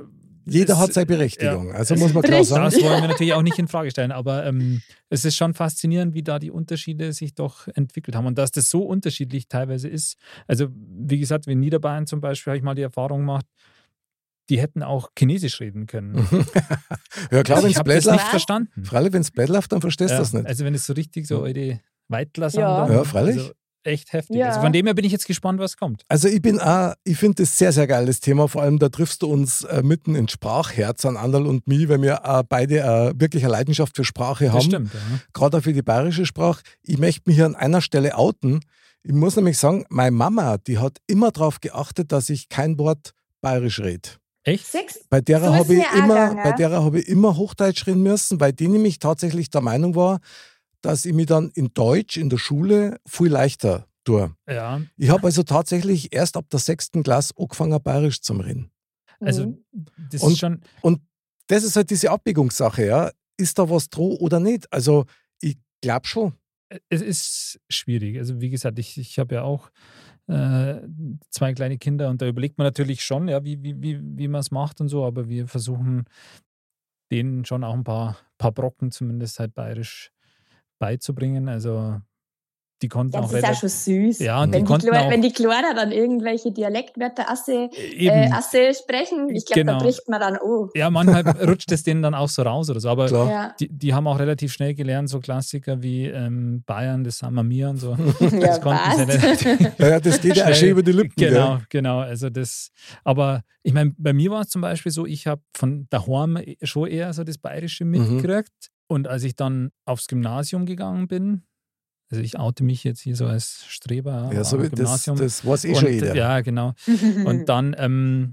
Jeder es, hat seine Berechtigung, ja, also es, muss man klar sagen. Das wollen wir natürlich auch nicht in Frage stellen, aber ähm, es ist schon faszinierend, wie da die Unterschiede sich doch entwickelt haben und dass das so unterschiedlich teilweise ist. Also wie gesagt, in Niederbayern zum Beispiel habe ich mal die Erfahrung gemacht, die hätten auch Chinesisch reden können. Ja klar, Also wenn ich es habe das blöd nicht läuft, verstanden. freilich, wenn es blöd läuft, dann verstehst du Ja, das nicht. also wenn es so richtig so eure Weitler sind, Ja. dann, Ja, freilich. Also echt heftig. Ja. Also von dem her bin ich jetzt gespannt, was kommt. Also ich bin auch, ich finde das sehr, sehr geiles Thema. Vor allem, da triffst du uns äh, mitten ins Sprachherz an Anderl und mich, weil wir äh, beide äh, wirklich eine Leidenschaft für Sprache haben. Das stimmt, ja. Gerade auch für die bayerische Sprache. Ich möchte mich hier an einer Stelle outen. Ich muss nämlich sagen, meine Mama, die hat immer darauf geachtet, dass ich kein Wort bayerisch rede. Echt? Six? Bei der So ist habe ich, mir auch immer, gegangen. bei der habe ich immer Hochdeutsch reden müssen, weil die nämlich tatsächlich der Meinung war, dass ich mich dann in Deutsch in der Schule viel leichter tue. Ja, Ich habe also tatsächlich erst ab der sechsten Klasse angefangen, bayerisch zu reden. also Mhm. das Und- ist schon, Und das ist halt diese Abwägungssache, ja. Ist da was droh oder nicht? Also ich glaube schon. es ist schwierig. Also wie gesagt, ich, ich habe ja auch äh, zwei kleine Kinder und da überlegt man natürlich schon, ja, wie, wie, wie, wie man es macht und so, aber wir versuchen denen schon auch ein paar, paar Brocken zumindest halt bayerisch beizubringen. Also die konnten Ja, auch das ist auch relativ- schon süß. Ja, und wenn, die die konnten Kleiner, auch wenn die Kleiner dann irgendwelche Dialektwörter Asse, eben, äh, Asse sprechen, ich glaube, Genau. da bricht man dann oh. ja, manchmal rutscht es denen dann auch so raus oder so, aber Klar. Ja, die, die haben auch relativ schnell gelernt, so Klassiker wie ähm, Bayern, das sind wir mir und so. ja Das konnten sie passt. relativ Ja, ja, das geht ja auch Schnell. schön über die Lippen. Genau, genau. Also das, aber ich meine, bei mir war es zum Beispiel so, ich habe von daheim schon eher so das Bayerische Mhm. mitgekriegt. Und als ich dann aufs Gymnasium gegangen bin, also ich oute mich jetzt hier so als Streber Ja, so am wie das, Gymnasium. das weiß eh schon und, jeder. ja, genau. Und dann ähm,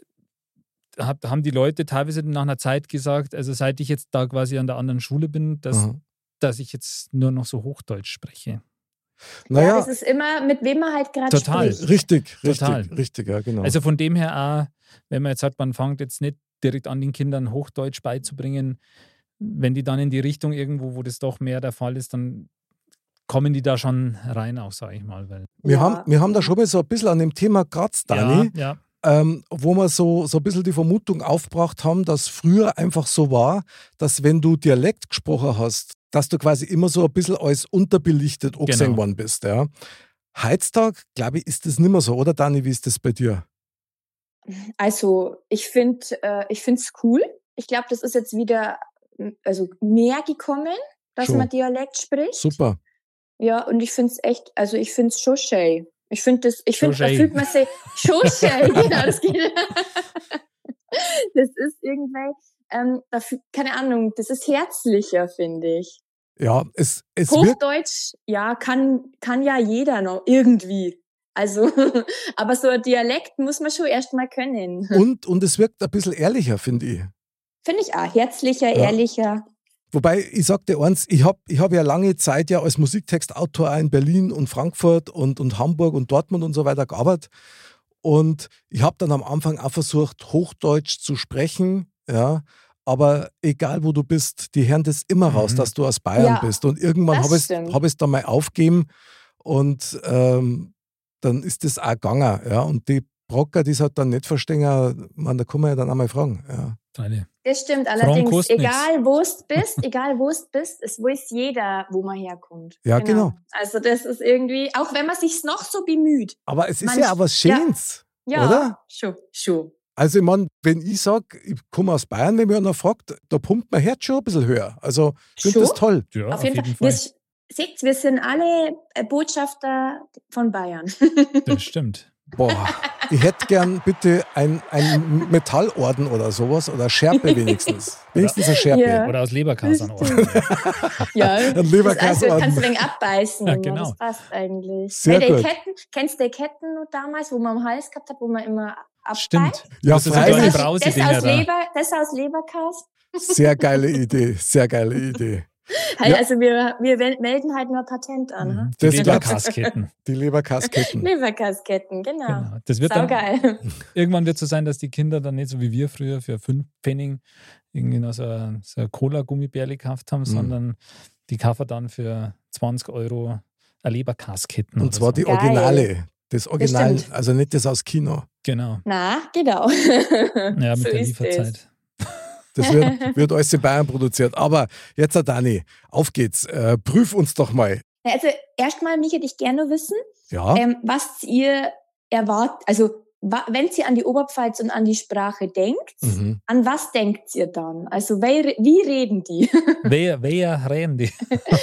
hab, haben die Leute teilweise nach einer Zeit gesagt, also seit ich jetzt da quasi an der anderen Schule bin, dass, Mhm. dass ich jetzt nur noch so Hochdeutsch spreche. Ja, Naja, das ist immer, mit wem man halt gerade Total. spricht. richtig, richtig, Total. richtig, ja, genau. Also von dem her auch, wenn man jetzt sagt, man fängt jetzt nicht direkt an, den Kindern Hochdeutsch beizubringen, wenn die dann in die Richtung irgendwo, wo das doch mehr der Fall ist, dann kommen die da schon rein auch, sage ich mal. Weil, wir, Ja. haben, wir haben da schon mal so ein bisschen an dem Thema kratzt, Dani, ja, ja, ähm, wo wir so, so ein bisschen die Vermutung aufgebracht haben, dass früher einfach so war, dass wenn du Dialekt gesprochen hast, dass du quasi immer so ein bisschen als unterbelichtet angesehen Genau. worden bist. Ja. Heutzutage, glaube ich, ist das nicht mehr so, oder Dani, wie ist das bei dir? Also ich finde äh, ich finde es cool. Ich glaube, das ist jetzt wieder m, also mehr gekommen, dass Schon. man Dialekt spricht. Super. Ja, und ich finde es echt, also ich finde es schon schön. Ich finde das, ich finde, da Schön. fühlt man sich schon schön, genau, das geht. Das ist irgendwie, ähm, da, fühl- keine Ahnung, das ist herzlicher, finde ich. Ja, es, es wirkt. Hochdeutsch, ja, kann, kann ja jeder noch, irgendwie. Also, aber so ein Dialekt muss man schon erstmal können. Und, und es wirkt ein bisschen ehrlicher, finde ich. Finde ich auch. Herzlicher, Ja. ehrlicher. Wobei, ich sag dir eins, ich habe ich hab ja lange Zeit ja als Musiktextautor auch in Berlin und Frankfurt und, und Hamburg und Dortmund und so weiter gearbeitet. Und ich habe dann am Anfang auch versucht, Hochdeutsch zu sprechen, ja. Aber egal, wo du bist, die hören das immer raus, Mhm. dass du aus Bayern Ja, bist. Und irgendwann das habe ich stimmt. hab es dann mal aufgegeben und ähm, dann ist das auch gegangen. Ja. Und die Brocker, die es halt dann nicht verstehen, man, da kann man ja dann auch mal fragen. Ja. Freilich. Das stimmt Frauen allerdings. kostet Egal, wo du bist, egal, wo du bist, es weiß jeder, wo man herkommt. Ja, genau. Also das ist irgendwie, auch wenn man sich noch so bemüht. Aber es ist Manch- ja auch was ja. Schönes. Ja, Oder? schon, schon. Also, ich meine, wenn ich sage, ich komme aus Bayern, wenn mich einer fragt, da pumpt mein Herz schon ein bisschen höher. Also, ich finde das Schon? toll. Ja, auf, jeden Fall. Wir, seht, wir sind alle äh, Botschafter von Bayern. Das stimmt. Boah, ich hätte gern bitte ein, ein Metallorden oder sowas oder Schärpe wenigstens. Wenigstens eine Schärpe. Ja. Oder aus Leberkasern. ja, Ein das Leberkassenorden. also, kannst du ein wenig abbeißen. Ja, Ja, genau. Das passt eigentlich. Sehr hey, die gut. Ketten, kennst du die Ketten noch damals, wo man am Hals gehabt hat, wo man immer abbeißt? Stimmt. Ja, Das ist so freilich. kleine Das, aus, das, Brausedinger aus da. Leber, das aus Leberkast. Sehr geile Idee, sehr geile Idee. Hey, Ja. Also wir, wir melden halt nur Patent an. Mhm. Mhm. Die Das Leberkasketten. Die Leberkasketten. Leberkasketten, genau. Genau. Das wird dann, Saugeil. irgendwann wird es so sein, dass die Kinder dann nicht so wie wir früher für fünf Pfennig irgendwie noch so ein, so ein Cola-Gummibärli gekauft haben, Mhm. sondern die kaufen dann für zwanzig Euro eine Leberkasketten. Und oder zwar so. die Geil. Originale. Das Original, stimmt. also nicht das aus Kino. Genau. Na, genau. Ja, mit So der ist Lieferzeit. Das wird, wird alles in Bayern produziert. Aber jetzt, Dani, auf geht's. Äh, prüf uns doch mal. Also erstmal, mich hätte ich gerne wissen, Ja, ähm, was ihr erwartet, also wa- wenn ihr an die Oberpfalz und an die Sprache denkt, mhm. an was denkt ihr dann? Also wer, wie reden die? Wer, wer reden die?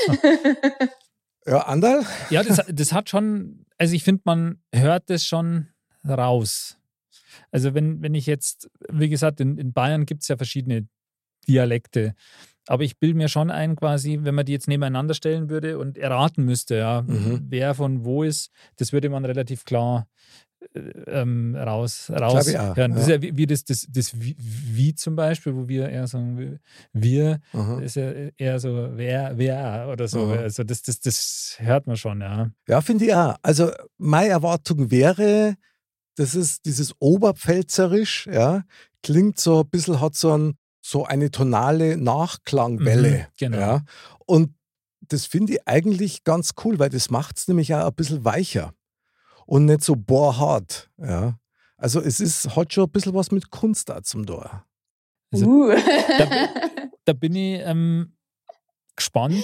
Ja, Anderl? Ja, das, das hat schon, also ich finde, man hört das schon raus. Also wenn, wenn ich jetzt, wie gesagt, in, in Bayern gibt es ja verschiedene Dialekte, aber ich bilde mir schon ein quasi, wenn man die jetzt nebeneinander stellen würde und erraten müsste, ja, Mhm. wer von wo ist, das würde man relativ klar äh, ähm, raus, Glaub raus ich auch, hören. Das ist ja. ja wie, wie das, das, das wie, wie zum Beispiel, wo wir eher sagen, wir, Aha. das ist ja eher so, wer, wer oder so. Aha. Also das, das, das hört man schon, ja. Ja, finde ich auch. Also meine Erwartung wäre, das ist dieses Oberpfälzerisch, ja, klingt so ein bisschen, hat so, ein, so eine tonale Nachklangwelle. Mhm, genau. Ja. Und das finde ich eigentlich ganz cool, weil das macht es nämlich auch ein bisschen weicher und nicht so bohrhart. Ja. Also es ist, hat schon ein bisschen was mit Kunst da zum Tor. Also, uh. Da bin ich ähm, gespannt.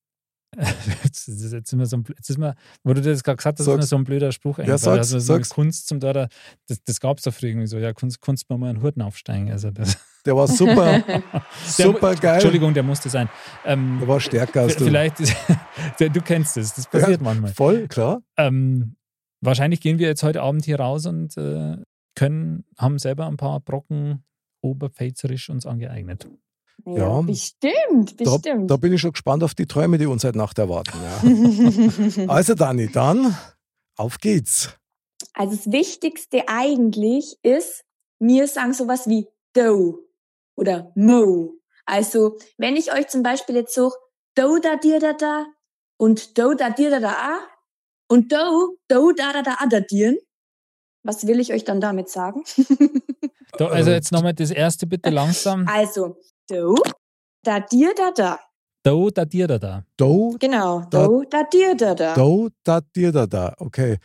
Jetzt, ist- jetzt, sind wir so ein, jetzt ist mir, wo du das gerade gesagt hast, ist mir Sag's. so ein blöder Spruch. Ja, eingefallen. sag's, also so mit sag's. Kunst zum da, das, das gab es doch früher irgendwie so. Ja, Kunst, Kunst mal einen Hurten aufsteigen. Also das, Der war super, der, super geil. Entschuldigung, der musste sein. Ähm, Der war stärker als v- du. Vielleicht, ist- du kennst es, das passiert Ja, manchmal. Voll, klar. Ähm, wahrscheinlich gehen wir jetzt heute Abend hier raus und äh, können, haben selber ein paar Brocken oberpfälzerisch uns angeeignet. ja, Ja. bestimmt, Da, bestimmt. da bin ich schon gespannt auf die Träume, die uns heute Nacht erwarten. Ja. Also Dani, dann auf geht's. Also das Wichtigste eigentlich ist, wir sagen sowas wie do oder mo. Also wenn ich euch zum Beispiel jetzt so do da dir da da und do da dir da da a und do do da da da a da dirn, was will ich euch dann damit sagen? Da, also Äh, jetzt nochmal das erste bitte langsam. Also do da dir da da. Da, da, dir, da, da. Do, Genau, Da- do da dir da da. do, da, dir, da, da. Okay.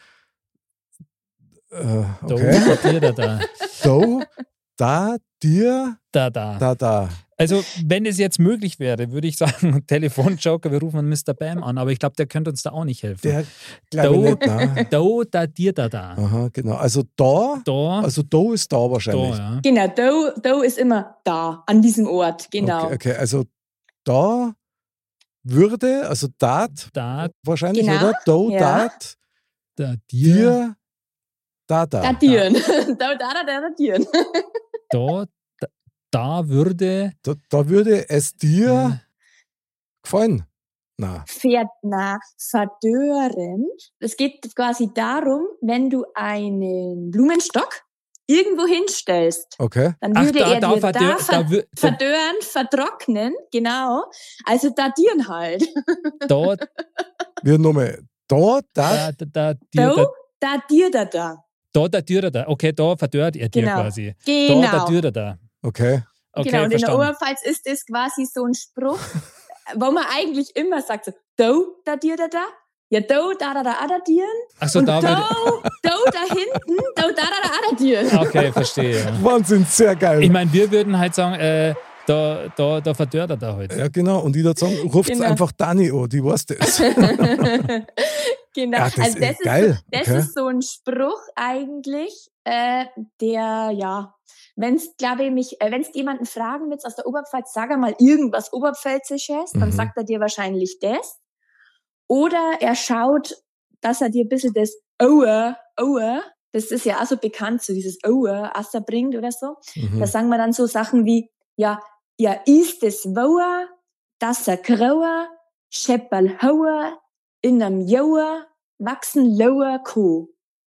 Äh, Da, okay. da, dir, da, da. Do, da, dir, Da, da. da, da. Also, wenn es jetzt möglich wäre, würde ich sagen, Telefonjoker, wir rufen einen Mister Bam an, aber ich glaube, der könnte uns da auch nicht helfen. Der glaube ich nicht, ne? Da, da, dir, da, da. Aha, genau. Also da, Da, also do ist da da, wahrscheinlich. ja. Genau, do, do ist immer da, an diesem Ort, genau. Okay, okay, also da würde, also dat Da, wahrscheinlich, Genau, oder? Do, ja. dat, da, dir, dir, da, da. Da dirn. Da, da, da, da, da dirn. da, da, da würde Da, da würde es dir Ja. gefallen. Na, Ver, na, verdören. Es geht quasi darum, wenn du einen Blumenstock irgendwo hinstellst, okay. dann Ach, würde da, er da, dir verdö- da, ver, da, wür- da, verdören, vertrocknen, genau. Also da dirn halt. da, Wir nochmal. Da, da, da, da, da, dir, Do, da, da, dir, da, da. da, da, dir, da, da. Okay, da verdört er dir Genau. quasi. Genau. Da, da, dir, da, da. okay. Okay, genau, und in der verstanden. Oberpfalz ist es quasi so ein Spruch, wo man eigentlich immer sagt so, do, da, dir, da, da. Ja, do, da, da, da, da, dirn. Achso, Und da do, würde. do, da hinten, do, da, da, da, da, dirn. Okay, verstehe. Ja. Wahnsinn, sehr geil. Ich meine, wir würden halt sagen, äh, da, da, da verdört er da heute. ja, genau. Und ich würde sagen, ruft Genau. einfach Dani an, die weiß das. Genau. Ja, das also das ist ist, geil. So, das Okay. ist so ein Spruch eigentlich, äh, der, ja, wenn es, glaube ich, mich, äh, wenn es jemanden fragen willst aus der Oberpfalz, sag er mal irgendwas Oberpfälzisches, dann Mhm. sagt er dir wahrscheinlich das. Oder er schaut, dass er dir ein bisschen das Ower, Ower, das ist ja auch so bekannt, so dieses Ower, Asser bringt oder so. Mhm. Da sagen wir dann so Sachen wie, ja, ja, ist es Wower, dass er grauer, Scheppal hauer, in einem Jauer, wachsen lauer Kuh.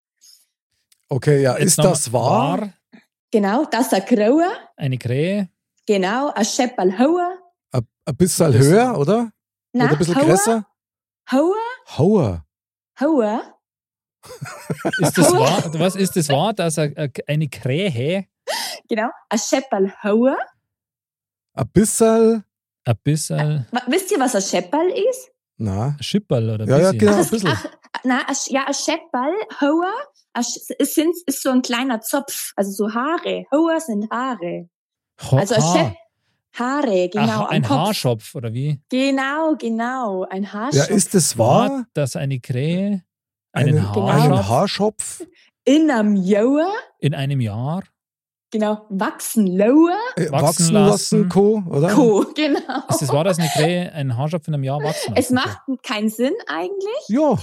Okay, ja, Jetzt ist noch das mal wahr? War Genau, dass er grauer, eine Krähe. genau, ein Scheppal hauer, Ein, ein bisschen Ein bisschen. höher, oder? na, oder ein bisschen hauer, größer? hauer, Hauer. hauer, Ist das wahr? Was ist das wahr, dass er, äh, eine Krähe genau, ein Scheppal hauer. Ein bisschen. ein bisschen Wa- Wisst ihr, was ein Scheppal ist? Na. Schipperl oder Ja, ja, bisschen? genau. Ach, ein es- bisschen. ach, na, ein Sch- ja, ein Scheppal hauer, Es sind, ist so ein kleiner Zopf, also so Haare. Haare sind Haare. Ho- Also ein Haar. Chef, Haare, genau, Ach, am ein Kopf. Haarschopf, oder wie? Genau, genau, ein Haarschopf. Ja, ist es wahr? Hat das eine Krähe einen Einen, Genau. Haarschopf einen Haarschopf? In einem Jahr, in einem Jahr? genau, wachsen lower, Äh, Wachsen wachsen lassen. lassen, Co., oder? Co, genau. Ist es wahr, dass eine Krähe einen Haarschopf in einem Jahr wachsen Es lassen macht keinen Sinn eigentlich, Ja,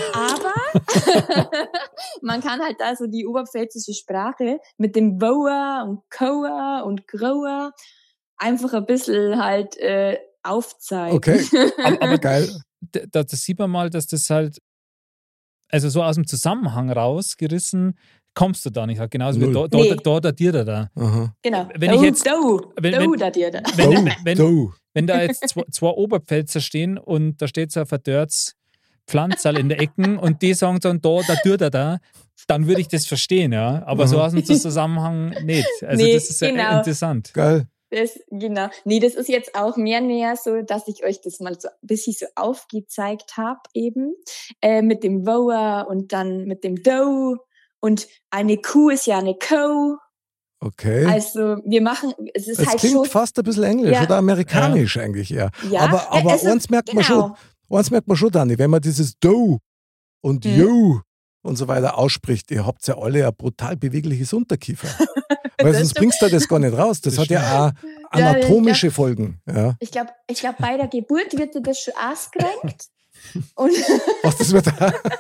aber man kann halt da so die oberpfälzische Sprache mit dem Woer und Koer und Grower einfach ein bisschen halt äh, aufzeigen. okay. Aber, aber Geil. d- da, das sieht man mal, dass das halt, also so aus dem Zusammenhang rausgerissen, kommst du da nicht. Halt genauso wie Null. da, da, Nee. da, da, dir, da, da. Aha. Genau. Wenn ich jetzt- Do, wenn- do, wenn- da dir da. Wenn, Oh, wenn, wenn, du. wenn da jetzt zwei, zwei Oberpfälzer stehen und da steht so ein verdörrtes Pflanzerl in der Ecken und die sagen dann da, da, da, da, da, dann würde ich das verstehen, ja. Aber so Mhm. aus dem Zusammenhang nicht. Also Nee, das ist ja genau. interessant. Geil. Das, genau. Nee, das ist jetzt auch mehr näher so, dass ich euch das mal so ein bisschen so aufgezeigt habe eben. Äh, mit dem Woer und dann mit dem Do. Und eine Kuh ist ja eine Co. Okay. Also wir machen, es ist Es halt klingt schon... fast ein bisschen englisch Ja. oder amerikanisch eigentlich eher. Ja, aber aber also, eins merkt man genau. schon, eins merkt man schon, Dani, wenn man dieses Do und Hm. You und so weiter ausspricht, ihr habt ja alle ein brutal bewegliches Unterkiefer. Weil Das sonst stimmt. bringst du das gar nicht raus. Das, Das hat ja auch Ja, anatomische Folgen. Ja. Ich glaube, ich glaub, bei der Geburt wird dir das schon ausgerenkt. Und Was das wird.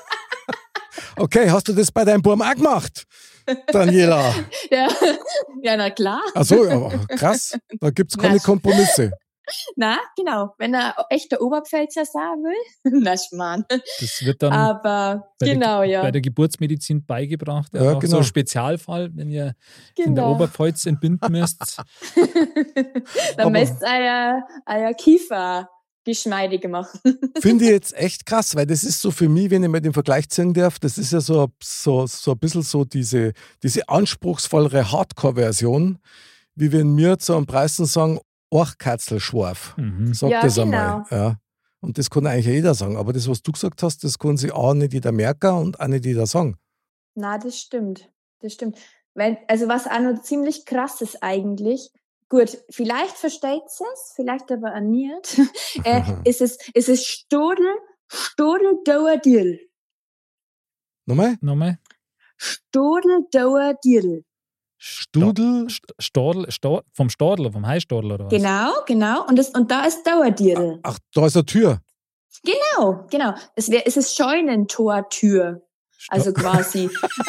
Okay, hast du das bei deinem Burm auch gemacht, Daniela? ja, ja, na klar. Achso, ja, krass. Da gibt es keine Na. Kompromisse. Na, genau. Wenn er echter Oberpfälzer sagen will, na Schmarrn. Das wird dann Aber bei der- genau, ja. bei der Geburtsmedizin beigebracht. Ja, auch genau. so ein Spezialfall, wenn ihr in der genau. Oberpfalz entbinden müsst. Dann Aber- müsst ihr euer, euer Kiefer geschmeidig machen. Finde ich jetzt echt krass, weil das ist so für mich, wenn ich mal den Vergleich ziehen darf, das ist ja so, so, so ein bisschen so diese, diese anspruchsvollere Hardcore-Version, wie wenn wir zu einem Preisen sagen, Orchkatzelschwarf. Mhm. Sag Ja, das genau. einmal. Ja. Und das kann eigentlich jeder sagen. Aber das, was du gesagt hast, das kann sich auch nicht jeder merken und auch nicht jeder sagen. Na, das stimmt. Das stimmt. Weil, also was auch noch ziemlich krass ist eigentlich, gut, vielleicht versteht es, vielleicht aber auch nicht, äh, ist es, ist es Stodel, Stodel Dauer Dirl. Nochmal? Nochmal? Stodel Dauer Dirl. Studel. St- Stadel, Sta- vom Stadel, vom Heißstadel oder was? Genau, genau. Und, das, und da ist Dauerdirl. Ach, da ist eine Tür. Genau, genau. Es, wär, es ist Scheunentortür. Sta- Also quasi.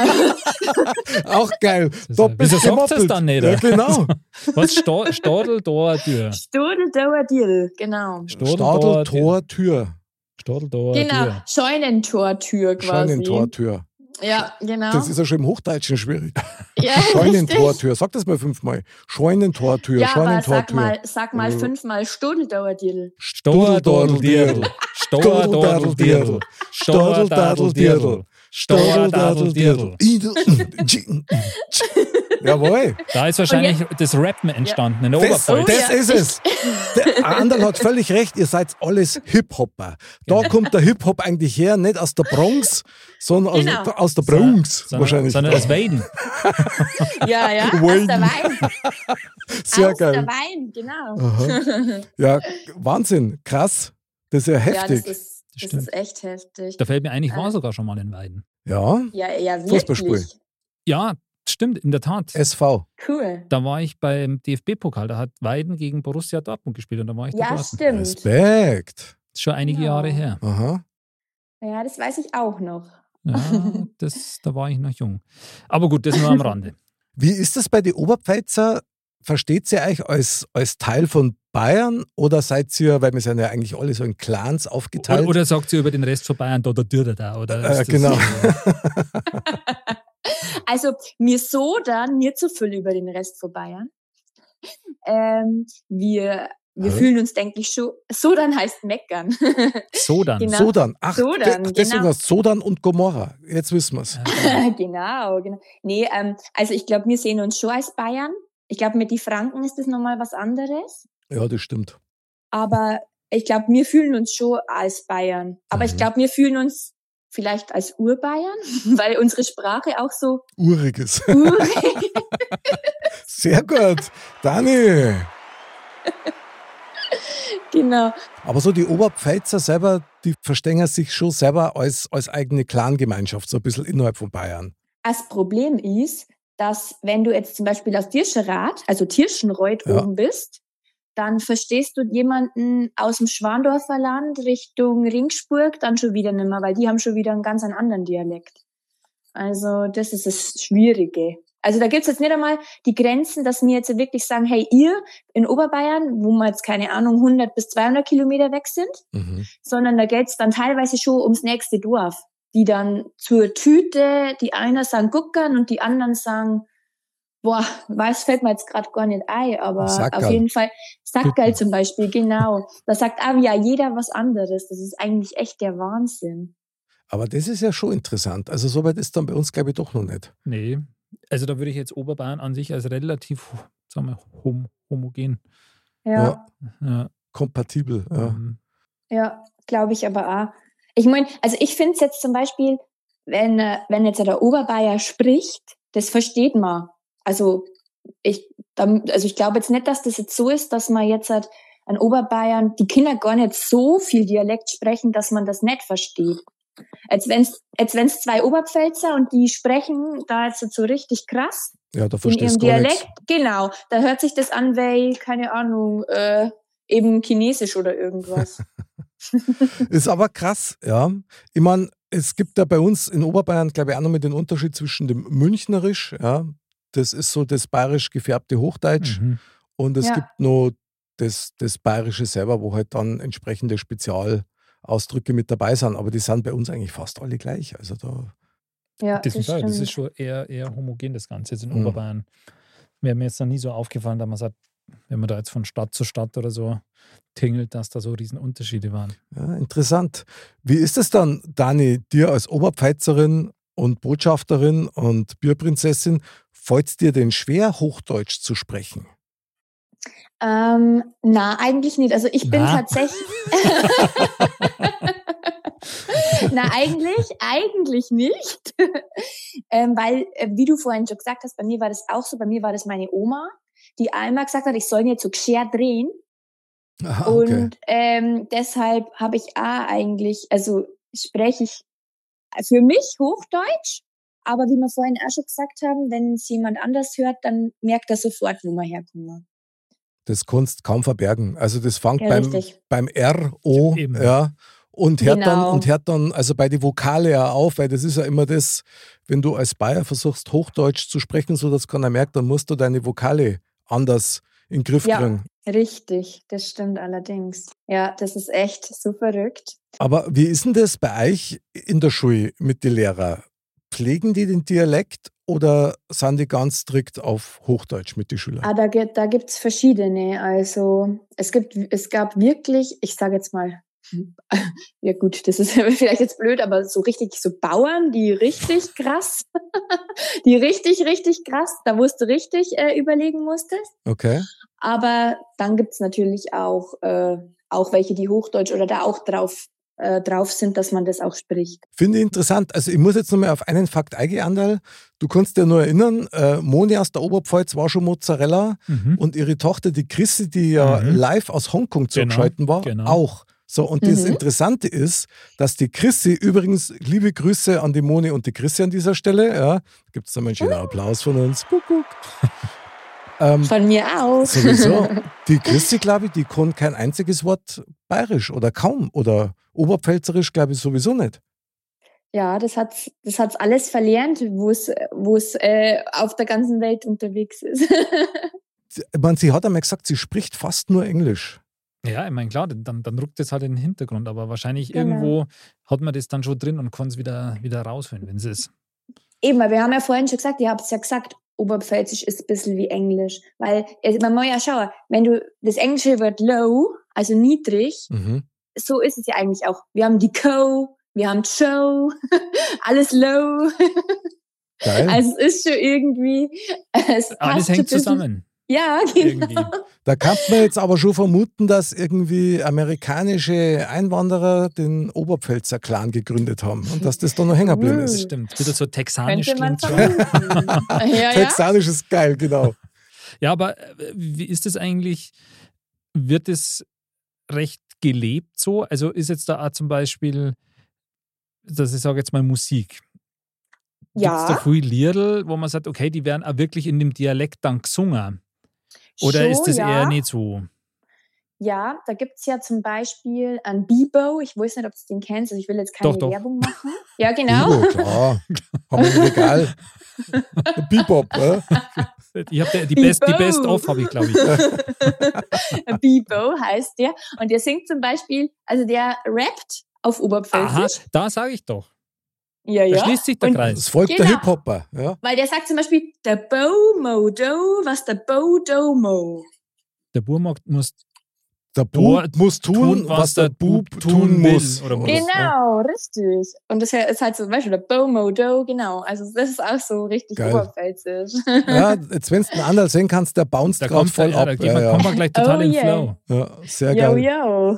Auch geil. ist Doppelt ja- Wieso sagt gemoppelt. es dann nicht? Ja, genau. Was? Sta Stadel, Tor, Tür. Stodel Dauerdirl, genau. Stadel, Stadel, Tor, Tor, Tür. Stadel, Tor, Genau, Tür. Scheunentortür quasi. Scheunentortür. Ja, genau. Das ist ja schon im Hochdeutschen schwierig. ja, richtig. Scheunentortür. Sag das mal fünfmal. Scheunentortür. Ja, aber sag Scheunentortür. mal, sag mal Mhm. fünfmal Stodeldauerdirl. Stordordeldirl. Stordordeldirl. Stordordeldirl. Stordordeldirl. Jawohl. Da ist wahrscheinlich das Rappen entstanden in der Das, Oberpfalz. das ja. ist es. Der Anderl hat völlig recht, ihr seid alles Hip-Hopper. Da kommt der Hip-Hop eigentlich her, nicht aus der Bronx, sondern aus, Genau. aus der Bronx sondern, wahrscheinlich. sondern aus Weiden. Ja, ja, aus Wein. der Wein. Sehr aus der geil. Wein, genau. Aha. Ja, Wahnsinn, krass. Das ist ja Ja, heftig. das ist, das Stimmt. ist echt heftig. Da fällt mir ein, ich war Äh. sogar schon mal in Weiden. Ja, Ja, ja, Fußballspiel. wirklich. Ja, stimmt, in der Tat. S V. Cool. Da war ich beim D F B-Pokal, da hat Weiden gegen Borussia Dortmund gespielt und da war ich da Ja, draußen. stimmt. Respekt. Das ist schon einige Genau. Jahre her. Aha. Ja, das weiß ich auch noch. Ja, das, da war ich noch jung. Aber gut, das nur am Rande. Wie ist das bei den Oberpfälzer? Versteht ihr euch als, als Teil von Bayern oder seid ihr, weil wir sind ja eigentlich alle so in Clans aufgeteilt? Oder, oder sagt sie über den Rest von Bayern da, da, da, da, oder? Äh, ist das genau. so- Also, mir so dann nicht so viel über den Rest von Bayern. Ähm, wir wir Hä? fühlen uns, denke ich, schon. Sodan heißt meckern. So dann. Genau. Sodan. Ach, Sodan, de- deswegen genau. hast Sodan und Gomorra. Jetzt wissen wir es. genau, genau. Nee, ähm, also ich glaube, wir sehen uns schon als Bayern. Ich glaube, mit die Franken ist das nochmal was anderes. Ja, das stimmt. Aber ich glaube, wir fühlen uns schon als Bayern. Aber ich Mhm. glaube, wir fühlen uns vielleicht als Urbayern, weil unsere Sprache auch so urig ist. urig. Sehr gut. Dani. Genau. Aber so die Oberpfälzer selber, die verstehen sich schon selber als, als eigene Clangemeinschaft, so ein bisschen innerhalb von Bayern. Das Problem ist, dass wenn du jetzt zum Beispiel aus Tirschenrad, also Tirschenreuth Ja. oben bist, dann verstehst du jemanden aus dem Schwandorfer Land Richtung Ringsburg dann schon wieder nicht mehr, weil die haben schon wieder einen ganz anderen Dialekt. Also das ist das Schwierige. Also da gibt's jetzt nicht einmal die Grenzen, dass wir jetzt wirklich sagen, hey, ihr in Oberbayern, wo wir jetzt, keine Ahnung, hundert bis zweihundert Kilometer weg sind, Mhm. sondern da geht's dann teilweise schon ums nächste Dorf, die dann zur Tüte, die einer sagen Guckern und die anderen sagen, boah, was fällt mir jetzt gerade gar nicht ein, aber Sackerl. auf jeden Fall Sackerl Gucken. zum Beispiel, genau. Da sagt aber ja jeder was anderes. Das ist eigentlich echt der Wahnsinn. Aber das ist ja schon interessant. Also so weit ist dann bei uns, glaube ich, doch noch nicht. Nee, also da würde ich jetzt Oberbayern an sich als relativ, sagen wir, hom homogen. Ja, Ja, Kompatibel. Ja. ähm, ja, glaube ich aber auch. Ich meine, also ich finde es jetzt zum Beispiel, wenn, äh, wenn jetzt der Oberbayer spricht, das versteht man. Also ich, dann- also ich glaube jetzt nicht, dass das jetzt so ist, dass man jetzt halt an Oberbayern, die Kinder gar nicht so viel Dialekt sprechen, dass man das nicht versteht. Als wenn's, als wenn's zwei Oberpfälzer und die sprechen da jetzt so richtig krass Ja, da in verstehst ihrem du gar Dialekt. nichts. Genau, da hört sich das an wie, keine Ahnung, äh, eben Chinesisch oder irgendwas. Ist aber krass, ja. Ich meine, es gibt ja bei uns in Oberbayern, glaube ich, auch noch mit den Unterschied zwischen dem Münchnerisch, ja, das ist so das bayerisch gefärbte Hochdeutsch, mhm. und es Ja. gibt noch das, das Bayerische selber, wo halt dann entsprechende Spezialausdrücke mit dabei sind, aber die sind bei uns eigentlich fast alle gleich. Also da, Ja, Das, das das, das ist stimmt. schon eher, eher homogen, das Ganze jetzt in Mhm. Oberbayern. Wäre mir jetzt noch nie so aufgefallen, dass man sagt, wenn man da jetzt von Stadt zu Stadt oder so tingelt, dass da so riesen Unterschiede waren. ja, interessant. Wie ist es dann, Dani, dir als Oberpfälzerin und Botschafterin und Bierprinzessin, fällt es dir denn schwer, Hochdeutsch zu sprechen? Ähm, na, eigentlich nicht. Also ich bin Na? tatsächlich. Na, eigentlich, eigentlich nicht. ähm, weil, äh, wie du vorhin schon gesagt hast, bei mir war das auch so, bei mir war das meine Oma, die einmal gesagt hat, ich soll nicht so geschert drehen. Aha, okay. Und ähm, deshalb habe ich auch eigentlich, also spreche ich für mich Hochdeutsch, aber wie wir vorhin auch schon gesagt haben, wenn es jemand anders hört, dann merkt er sofort, wo wir herkommen. Das kannst du kaum verbergen. Also das fängt Ja, beim, richtig. beim R, O, Eben. ja, und hört, dann, Genau. und hört dann also bei den Vokale ja auf, weil das ist ja immer das, wenn du als Bayer versuchst, Hochdeutsch zu sprechen, so dass keiner merkt, dann musst du deine Vokale anders in den Griff Ja. kriegen. Richtig, das stimmt allerdings. Ja, das ist echt so verrückt. Aber wie ist denn das bei euch in der Schule mit den Lehrern? Pflegen die den Dialekt oder sind die ganz strikt auf Hochdeutsch mit den Schülern? Ah, da, gibt- da gibt's verschiedene. Also es gibt, es gab wirklich, ich sage jetzt mal, ja gut, das ist vielleicht jetzt blöd, aber so richtig so Bauern, die richtig krass, die richtig, richtig krass, da wo du richtig äh, überlegen musstest. Okay. Aber dann gibt's natürlich auch, äh, auch welche, die Hochdeutsch oder da auch drauf, äh, drauf sind, dass man das auch spricht. Finde ich interessant. Also ich muss jetzt nochmal auf einen Fakt eingehen, Anderl. Du kannst dir nur erinnern, äh, Moni aus der Oberpfalz war schon Mozzarella Mhm. und ihre Tochter, die Chrissy, die ja Mhm. live aus Hongkong zugeschaltet war, genau. auch. So, und das Mhm. Interessante ist, dass die Chrissy, übrigens liebe Grüße an die Moni und die Chrissy an dieser Stelle, ja, gibt es nochmal einen schönen Applaus von uns. Kuckuck. ähm, Von mir auch. Sowieso. Die Christi, glaube ich, die kann kein einziges Wort bayerisch oder kaum. Oder oberpfälzerisch, glaube ich, sowieso nicht. Ja, das hat's, das hat's alles verlernt, wo es, wo es äh, auf der ganzen Welt unterwegs ist. Ich meine, sie hat einmal gesagt, sie spricht fast nur Englisch. Ja, ich meine, klar, dann, dann rückt das halt in den Hintergrund, aber wahrscheinlich Genau. irgendwo hat man das dann schon drin und kann es wieder, wieder rausholen, wenn es ist. Eben, weil wir haben ja vorhin schon gesagt, ihr habt es ja gesagt, Oberpfälzisch ist ein bisschen wie Englisch. Weil, also man muss ja schauen, wenn du das englische Wort low, also niedrig, Mhm. so ist es ja eigentlich auch. Wir haben die Co, wir haben Show, alles low. Geil. Also es ist schon irgendwie, es passt Alles schon ein hängt bisschen- zusammen. Ja, genau. Irgendwie. Da kann man jetzt aber schon vermuten, dass irgendwie amerikanische Einwanderer den Oberpfälzer Clan gegründet haben und dass das da noch hängen geblieben Das ist. stimmt. Wieder so texanisch Könnte man klingt schon. vermuten. ja, ja. Texanisch ist geil, genau. Ja, aber äh, wie ist das eigentlich? Wird es recht gelebt so? Also ist jetzt da auch zum Beispiel, dass ich sage jetzt mal Musik. Gibt es Ja. da viel Liedl, wo man sagt, okay, die werden auch wirklich in dem Dialekt dann gesungen? Oder Schon, ist das ja. eher nicht so? Ja, da gibt es ja zum Beispiel einen Bebo. Ich weiß nicht, ob du den kennst. Also ich will jetzt keine Doch, doch. Werbung machen. Ja, genau. Bibo, klar. Haben wir im Regal. Bebop, äh? Ich habe die Best, die Bebo. Best of, habe ich, glaube ich. Bebo heißt der. Und der singt zum Beispiel, also der rappt auf Aha, Oberpfälzisch. da sage ich doch. Ja, Da ja. schließt sich der Und- Kreis. Das Volk der Genau. Hip-Hopper. Ja. Weil der sagt zum Beispiel, der Bo Mo Do, was der Bo Do Mo. Der Bur muss Der Bub Dort muss tun, was der Bub tun will muss. oder muss. Genau, richtig. Und das ist halt so, weißt du, der Bo Mo Do, genau. Also das ist auch so richtig Geil. oberpfälzisch. Ja, jetzt, wenn du den anderen sehen kannst, der bounced Da gerade kommt, voll ja, ab. da geht Ja, man, ja. kommt man gleich total Oh in den yeah. Flow. Ja, sehr Yo, geil. yo.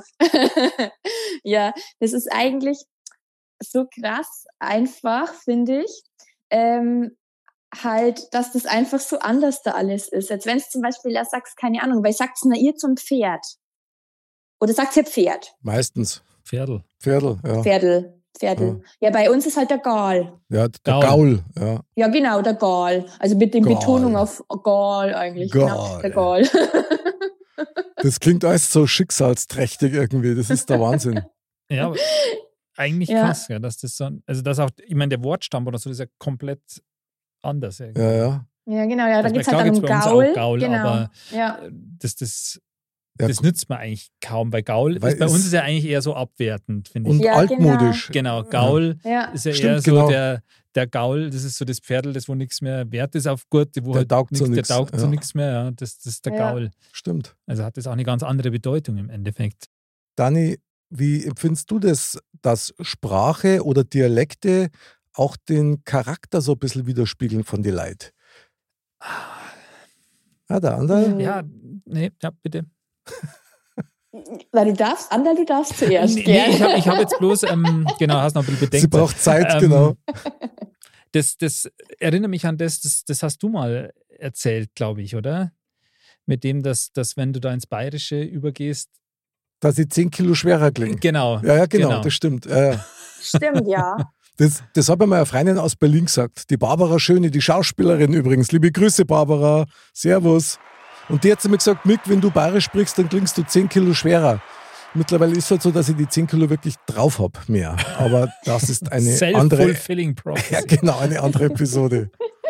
Ja, das ist eigentlich so krass einfach, finde ich. Ähm, halt, dass das einfach so anders da alles ist. Als wenn es zum Beispiel, ja, sagst, keine Ahnung, weil sagt es na ihr zum Pferd? Oder sagt ihr Pferd? Meistens. Pferdl. Pferdl, ja. Pferdl. Pferdl. Ja. bei uns ist halt der Gal. Ja, der Gaul. Gaul. Ja. Ja, genau, der Gal. Also mit der Gal. Betonung auf Gal eigentlich. Genau, Gal. der Gal. Das klingt alles so schicksalsträchtig irgendwie. Das ist der Wahnsinn. Ja, aber eigentlich Ja. krass, ja, dass das so, also das auch, ich meine, der Wortstamm oder so, das ist ja komplett anders. Irgendwie. Ja, ja. Ja, genau, ja, da Also geht es klar halt dann um gibt's bei uns Gaul. auch Gaul, genau. aber ja. das, das, Ja, das nützt man eigentlich kaum. Bei Gaul, Weil ist, bei es- uns ist ja eigentlich eher so abwertend, finde Und ich. Ja, altmodisch. Genau, Gaul Ja. ist ja Stimmt, eher so genau. der, der Gaul, das ist so das Pferdl, das wo nichts mehr wert ist auf gut, wo Der halt taugt nix, zu der nix, taugt ja. zu nichts mehr, ja. Das, das ist der Ja. Gaul. Stimmt. Also hat das auch eine ganz andere Bedeutung im Endeffekt. Dani, wie empfindest du das, dass Sprache oder Dialekte auch den Charakter so ein bisschen widerspiegeln von den Leuten? Ja, der andere? Mhm. Ja, nee, ja, bitte. Weil du darfst, Andal, du darfst zuerst, nee, gell? nee, ich habe ich hab jetzt bloß, ähm, genau, hast noch ein bisschen Sie Bedenkzeit. braucht Zeit, Ähm, genau. Das, das erinnert mich an das, das, das hast du mal erzählt, glaube ich, oder? Mit dem, dass, dass wenn du da ins Bayerische übergehst, Dass sie zehn Kilo schwerer klingt. genau. Ja, ja, genau, genau. das stimmt. Ja, ja. Stimmt, ja. Das, das hat mir meine Freundin aus Berlin gesagt. Die Barbara Schöne, die Schauspielerin übrigens. Liebe Grüße, Barbara. Servus. Und die hat zu mir gesagt, Mick, wenn du bayerisch sprichst, dann klingst du zehn Kilo schwerer. Mittlerweile ist es halt so, dass ich die zehn Kilo wirklich drauf habe, mehr. Aber das ist eine andere, Self-fulfilling prophecy. ja, genau, eine andere Episode.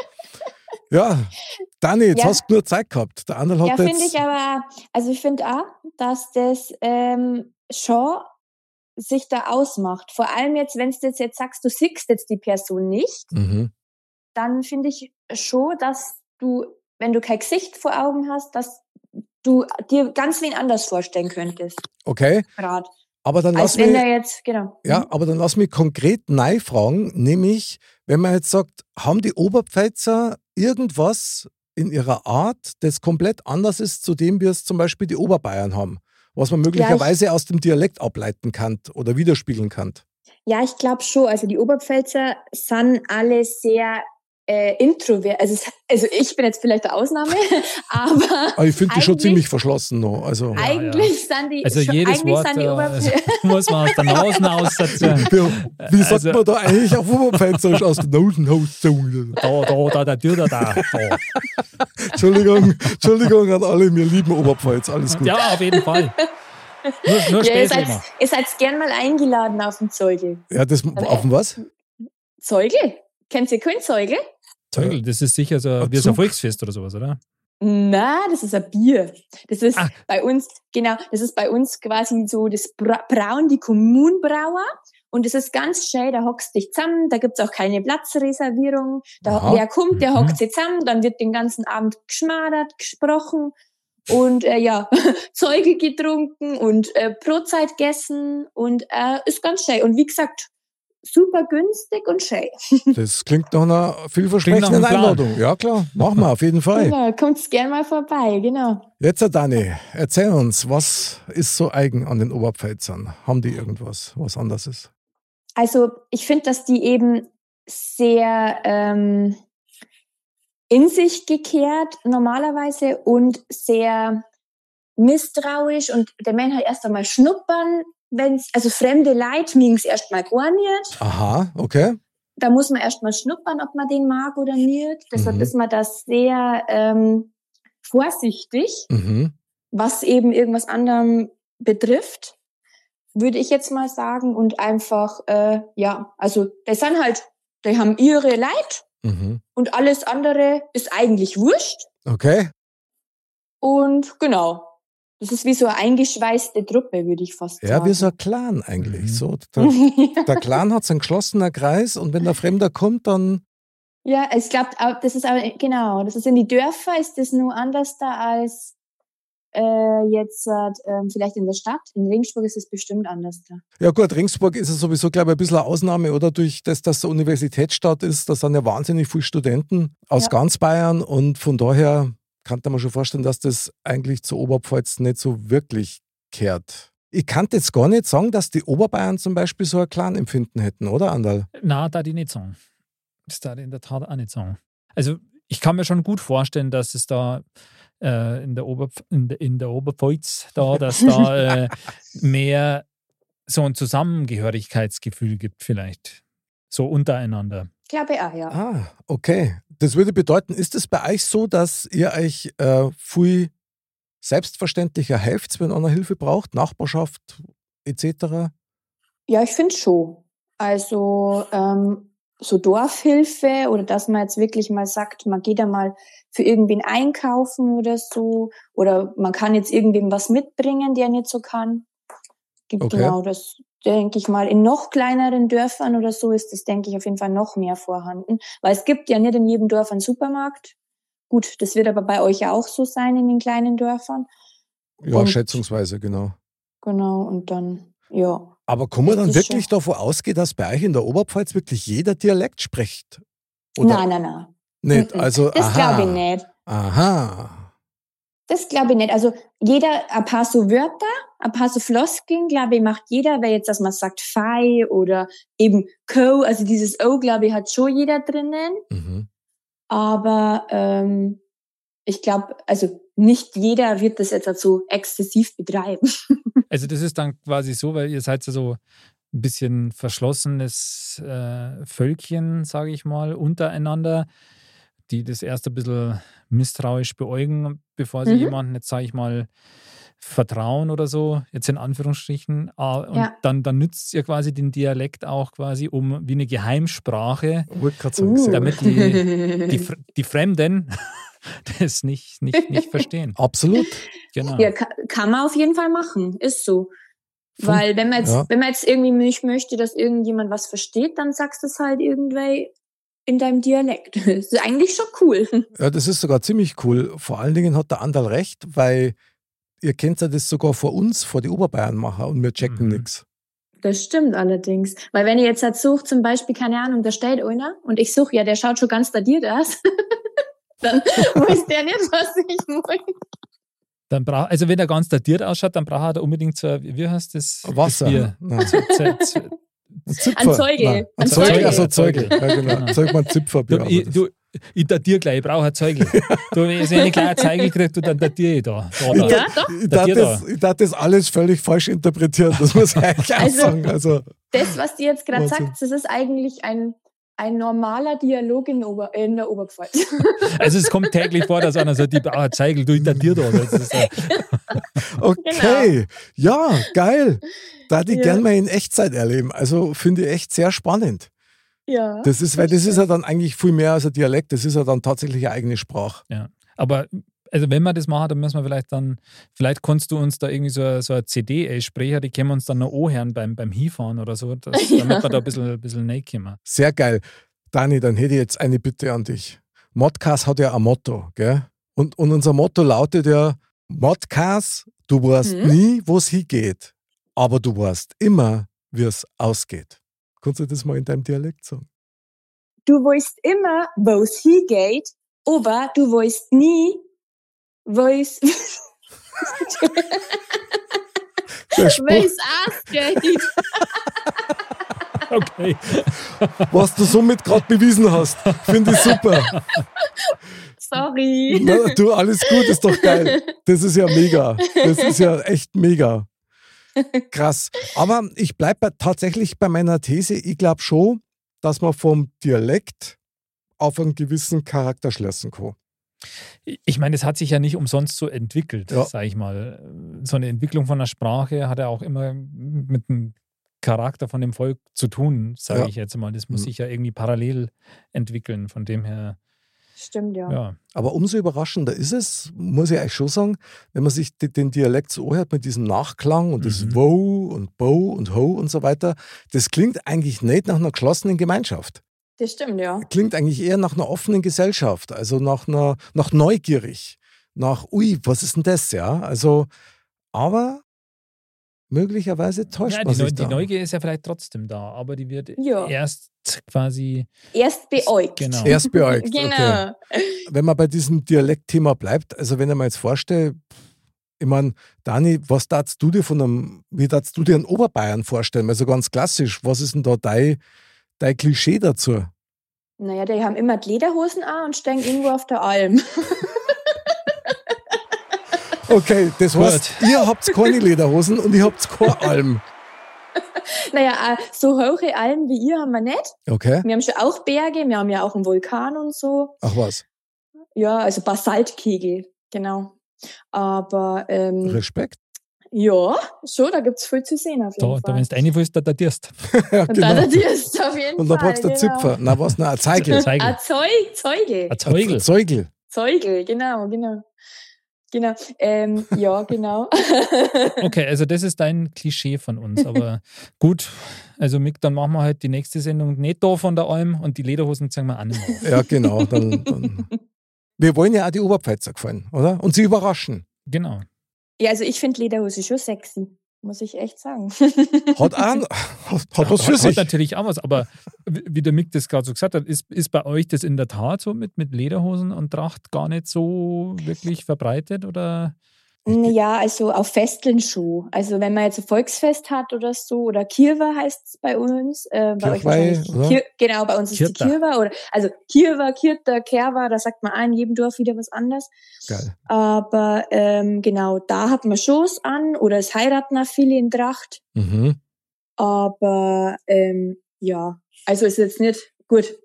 Ja, Dani, jetzt Ja. hast du nur Zeit gehabt. Der andere hat Ja, finde jetzt... ich aber, also ich finde auch, dass das ähm, schon sich da ausmacht. Vor allem jetzt, wenn du jetzt, jetzt sagst, du siehst jetzt die Person nicht, Mhm. dann finde ich schon, dass du, wenn du kein Gesicht vor Augen hast, dass du dir ganz wen anders vorstellen könntest. Okay, Gerade. aber dann lass Als wenn mich... der jetzt, genau. Ja, aber dann lass mich konkret neu fragen, nämlich, wenn man jetzt sagt, haben die Oberpfälzer irgendwas in ihrer Art, das komplett anders ist zu dem, wie es zum Beispiel die Oberbayern haben, was man möglicherweise aus dem Dialekt ableiten kann oder widerspiegeln kann? Ja, ich glaube schon. Also die Oberpfälzer sind alle sehr äh, introvert. Also, es- also ich bin jetzt vielleicht eine Ausnahme, aber Aber ich finde die schon Eigentlich- ziemlich verschlossen noch. Also, Ja, eigentlich sind die Also schon, jedes eigentlich Wort sind die äh, Oberpfälzer. muss man aus der Nase aussetzen. wie, wie sagt Also- man da eigentlich auf Oberpfälzerisch aus der Nosenhauszunge? Da, da, da, da, da, da, da. Entschuldigung, Entschuldigung an alle, wir lieben Oberpfalz, alles gut. Ja, auf jeden Fall. Nur, nur Ja, ihr Späßle seid, immer. ihr seid gern mal eingeladen auf den Zeugel. Ja, das, auf dem was? Zeugel? Kennt ihr keinen Zeugel? Zeugel, das ist sicher so Ein wie so ein Zug. Volksfest oder sowas, oder? Na, das ist ein Bier. Das ist Ah. bei uns, genau, das ist bei uns quasi so das Bra Brauen, die Kommunbrauer. Und das ist ganz schön, da hockst dich zusammen, da gibt's auch keine Platzreservierung. Da, Aha. wer kommt, der Mhm. hockt sich zusammen, dann wird den ganzen Abend geschmadert, gesprochen und äh, ja, Zeugel getrunken und äh, Brotzeit gegessen und äh, ist ganz schön. Und wie gesagt, super günstig und schön. Das klingt nach einer vielversprechenden Klingt nach einem Plan. Einladung. Ja klar, machen wir auf jeden Fall. Genau, kommt gerne mal vorbei, genau. Jetzt, Dani, erzähl uns, was ist so eigen an den Oberpfälzern? Haben die irgendwas, was anders ist? Also ich finde, dass die eben sehr ähm, in sich gekehrt normalerweise und sehr misstrauisch und der Mensch hat erst einmal schnuppern, wenn's, also fremde Leute mögen es erst mal gar nicht. Aha, okay. Da muss man erst mal schnuppern, ob man den mag oder nicht. Deshalb Mhm. ist man da sehr ähm, vorsichtig, Mhm. was eben irgendwas anderem betrifft, würde ich jetzt mal sagen. Und einfach, äh, ja, also die sind halt, die haben ihre Leute Mhm. und alles andere ist eigentlich wurscht. Okay. Und genau, das ist wie so eine eingeschweißte Truppe, würde ich fast Ja, sagen. wie so ein Clan eigentlich. Mhm. So, der, der Clan hat so einen geschlossenen Kreis und wenn der Fremder kommt, dann. Ja, ich glaube, das ist aber, genau, das ist in die Dörfer, ist das nur anders da als äh, jetzt äh, vielleicht in der Stadt. In Regensburg ist es bestimmt anders da. Ja gut, Regensburg ist es sowieso, glaube ich, ein bisschen eine Ausnahme, oder? Durch das, dass es eine Universitätsstadt ist, da sind ja wahnsinnig viele Studenten aus Ja. ganz Bayern und von daher kann man schon vorstellen, dass das eigentlich zur Oberpfalz nicht so wirklich kehrt. Ich kann jetzt gar nicht sagen, dass die Oberbayern zum Beispiel so ein Clan-Empfinden hätten, oder, Andal? Na, da die nicht sagen. Das da in der Tat auch nicht sagen. Also ich kann mir schon gut vorstellen, dass es da äh, in, der Oberpf- in, der, in der Oberpfalz da, dass da äh, mehr so ein Zusammengehörigkeitsgefühl gibt vielleicht. So untereinander. Ich glaube auch, ja. Ah, okay. Das würde bedeuten, ist es bei euch so, dass ihr euch äh, viel selbstverständlicher helft, wenn einer Hilfe braucht, Nachbarschaft et cetera? Ja, ich finde schon. Also ähm, so Dorfhilfe oder dass man jetzt wirklich mal sagt, man geht da mal für irgendwen einkaufen oder so oder man kann jetzt irgendwem was mitbringen, der nicht so kann. Gibt Okay. Genau, das denke ich mal. In noch kleineren Dörfern oder so ist das, denke ich, auf jeden Fall noch mehr vorhanden, weil es gibt ja nicht in jedem Dorf einen Supermarkt. Gut, das wird aber bei euch ja auch so sein in den kleinen Dörfern. Ja, Und- schätzungsweise, genau. Genau, und dann, ja. Aber kann man Ist dann das wirklich schon- davon ausgehen, dass bei euch in der Oberpfalz wirklich jeder Dialekt spricht? Oder Nein, nein, nein. nicht? Mhm. Also, Das aha. glaube ich nicht. Aha. Das glaube ich nicht. Also jeder, ein paar so Wörter, ein paar so Floskeln, glaube ich, macht jeder, weil jetzt, dass man sagt Fei oder eben Co, also dieses O, glaube ich, hat schon jeder drinnen. Mhm. Aber ähm, ich glaube, also nicht jeder wird das jetzt halt so exzessiv betreiben. Also das ist dann quasi so, weil ihr seid ja so ein bisschen verschlossenes äh, Völkchen, sage ich mal, untereinander, die das erst ein bisschen misstrauisch beäugen, bevor sie Mhm. jemandem jetzt, sage ich mal, vertrauen oder so, jetzt in Anführungsstrichen. Ah, Und Ja. dann, dann nützt ihr quasi den Dialekt auch quasi um wie eine Geheimsprache, Ich wollte gerade sagen, Uh. sehr gut. damit die, die, Fr- die Fremden das nicht, nicht, nicht verstehen. Absolut. Genau. Ja, kann, kann man auf jeden Fall machen, ist so. Fun- Weil wenn man jetzt, ja. wenn man jetzt irgendwie nicht möchte, dass irgendjemand was versteht, dann sagst du es halt irgendwie in deinem Dialekt. Das ist eigentlich schon cool. Ja, das ist sogar ziemlich cool. Vor allen Dingen hat der Andal recht, weil ihr kennt ja das sogar vor uns, vor die Oberbayern machen und wir checken Mhm. nichts. Das stimmt allerdings. Weil wenn ihr jetzt halt sucht, zum Beispiel, keine Ahnung, da steht einer und ich suche, ja, der schaut schon ganz dadiert aus, dann weiß der nicht, was ich will. Dann brauch, also wenn er ganz datiert ausschaut, dann braucht er unbedingt so, ein- wie heißt das? Wasser. Das Bier. Nein. Z- Z- Z- Ein Zipfer. Ein Zeuge. Nein, ein Ein Zeuge. Zeuge. Also Zeuge. Zeuge. Ja, genau. Genau. Zeug mal Zipferbier. Du, aber ich, das- du, ich datiere gleich, ich brauche ein Zeugel. Du, wenn ich so eine kleine Zeugel kriege, du, dann datiere ich da. da, da. Ja, doch. Ich darf, Datier das, ich darf das alles völlig falsch interpretieren, das muss ich eigentlich auch Also- sagen. Also, Das, was du jetzt gerade Wahnsinn. sagst, das ist eigentlich ein, ein normaler Dialog in, Ober, in der Oberpfalz. Also es kommt täglich vor, dass einer sagt, ich brauche ein Zeugel, du, ich datiere da. Das ist, äh, okay. Ja, geil. Da die Ja. gern mal in Echtzeit erleben. Also finde ich echt sehr spannend. Ja. Das ist, weil das ist ja dann eigentlich viel mehr als ein Dialekt, das ist ja dann tatsächlich eine eigene Sprache. aber also wenn wir das machen, dann müssen wir vielleicht dann, vielleicht kannst du uns da irgendwie so, eine- so eine C D-Sprecher, die können wir uns dann noch anhören beim, beim Hinfahren oder so, dass, damit Ja. wir da ein bisschen, ein bisschen näher kommen. Sehr geil. Dani, dann hätte ich jetzt eine Bitte an dich. Modcast hat ja ein Motto, gell? Und, und unser Motto lautet ja, Modcast, du weißt Mhm. nie, wo es hingeht, aber du weißt immer, wie es ausgeht. Kannst du das mal in deinem Dialekt sagen? Du weißt immer, wo es hingeht, aber du weißt nie, wo es Der Spruch, ausgeht. Okay. was du somit gerade bewiesen hast, finde ich super. Sorry. Na, du, alles gut, ist doch geil. Das ist ja mega. Das ist ja echt mega. Krass. Aber ich bleibe tatsächlich bei meiner These. Ich glaube schon, dass man vom Dialekt auf einen gewissen Charakter schließen kann. Ich meine, es hat sich ja nicht umsonst so entwickelt, Ja. sage ich mal. So eine Entwicklung von der Sprache hat ja auch immer mit dem Charakter von dem Volk zu tun, sage Ja. ich jetzt mal. Das muss Mhm. sich ja irgendwie parallel entwickeln. Von dem her, Stimmt, ja. ja. Aber umso überraschender ist es, muss ich euch schon sagen, wenn man sich die- den Dialekt so anhört mit diesem Nachklang und das Mhm. Wo und Bo und Ho und so weiter, das klingt eigentlich nicht nach einer geschlossenen Gemeinschaft. Das stimmt, ja. Klingt eigentlich eher nach einer offenen Gesellschaft, also nach einer, nach neugierig, nach, ui, was ist denn das, ja? Also, aber möglicherweise täuscht Ja, man die, Neu sich die da. Neugier ist ja vielleicht trotzdem da, aber die wird Ja. erst quasi. Erst beäugt. Genau. Erst beäugt, okay. Genau. Wenn man bei diesem Dialektthema bleibt, also wenn ich mir jetzt vorstelle, ich meine, Dani, was darfst du dir von einem, wie darfst du dir einen Oberbayern vorstellen? Also ganz klassisch, was ist denn da dein, dein Klischee dazu? Naja, die haben immer die Lederhosen an und stehen irgendwo auf der Alm. Okay, das Gut. heißt, ihr habt keine Lederhosen und ihr habt keine Alm. Naja, äh, so hohe Almen wie ihr haben wir nicht. Okay, Wir haben schon auch Berge, wir haben ja auch einen Vulkan und so. ach was, Ja, also Basaltkegel, genau. Aber ähm, Respekt. ja, schon, da gibt's viel zu sehen auf jeden Da, da Fall. wenn du eine willst, da datierst. Ja, Und genau. dann die ist auf jeden Und dann Fall. brauchst du einen genau. Zipfer. Na was, na, ein Zeigel. Zeigel. Ein Zeug, Zeugel. Ein Zeugel. Ein Zeugel. Zeugel, genau, genau. Genau, ähm, ja, genau. Okay, also das ist dein Klischee von uns. Aber gut, also Mick, dann machen wir halt die nächste Sendung nicht da von der Alm und die Lederhosen zeigen wir auch nicht mehr auf. Ja, genau. Dann, dann. Wir wollen ja auch die Oberpfälzer gefallen, oder? Und sie überraschen. Genau. Ja, also ich finde Lederhose schon sexy, muss ich echt sagen. Hat, auch, hat, hat was für Hat, hat sich. natürlich auch was, aber wie wie der Mick das gerade so gesagt hat, ist, ist bei euch das in der Tat so mit, mit Lederhosen und Tracht gar nicht so wirklich verbreitet? Oder? Ja, also auf Festeln schon. Also wenn man jetzt ein Volksfest hat oder so, oder Kirwa heißt es bei uns. Äh, bei euch Kirchweih, wahrscheinlich oder? Kir genau, bei uns ist Kirta. die Kirwa. Oder, also Kirwa, Kirta, Kerwa, da sagt man auch in jedem Dorf wieder was anderes. Geil. Aber ähm, genau, da hat man Schoß an oder es heiraten auch viele in Tracht. Mhm. Aber ähm, ja, also ist jetzt nicht gut.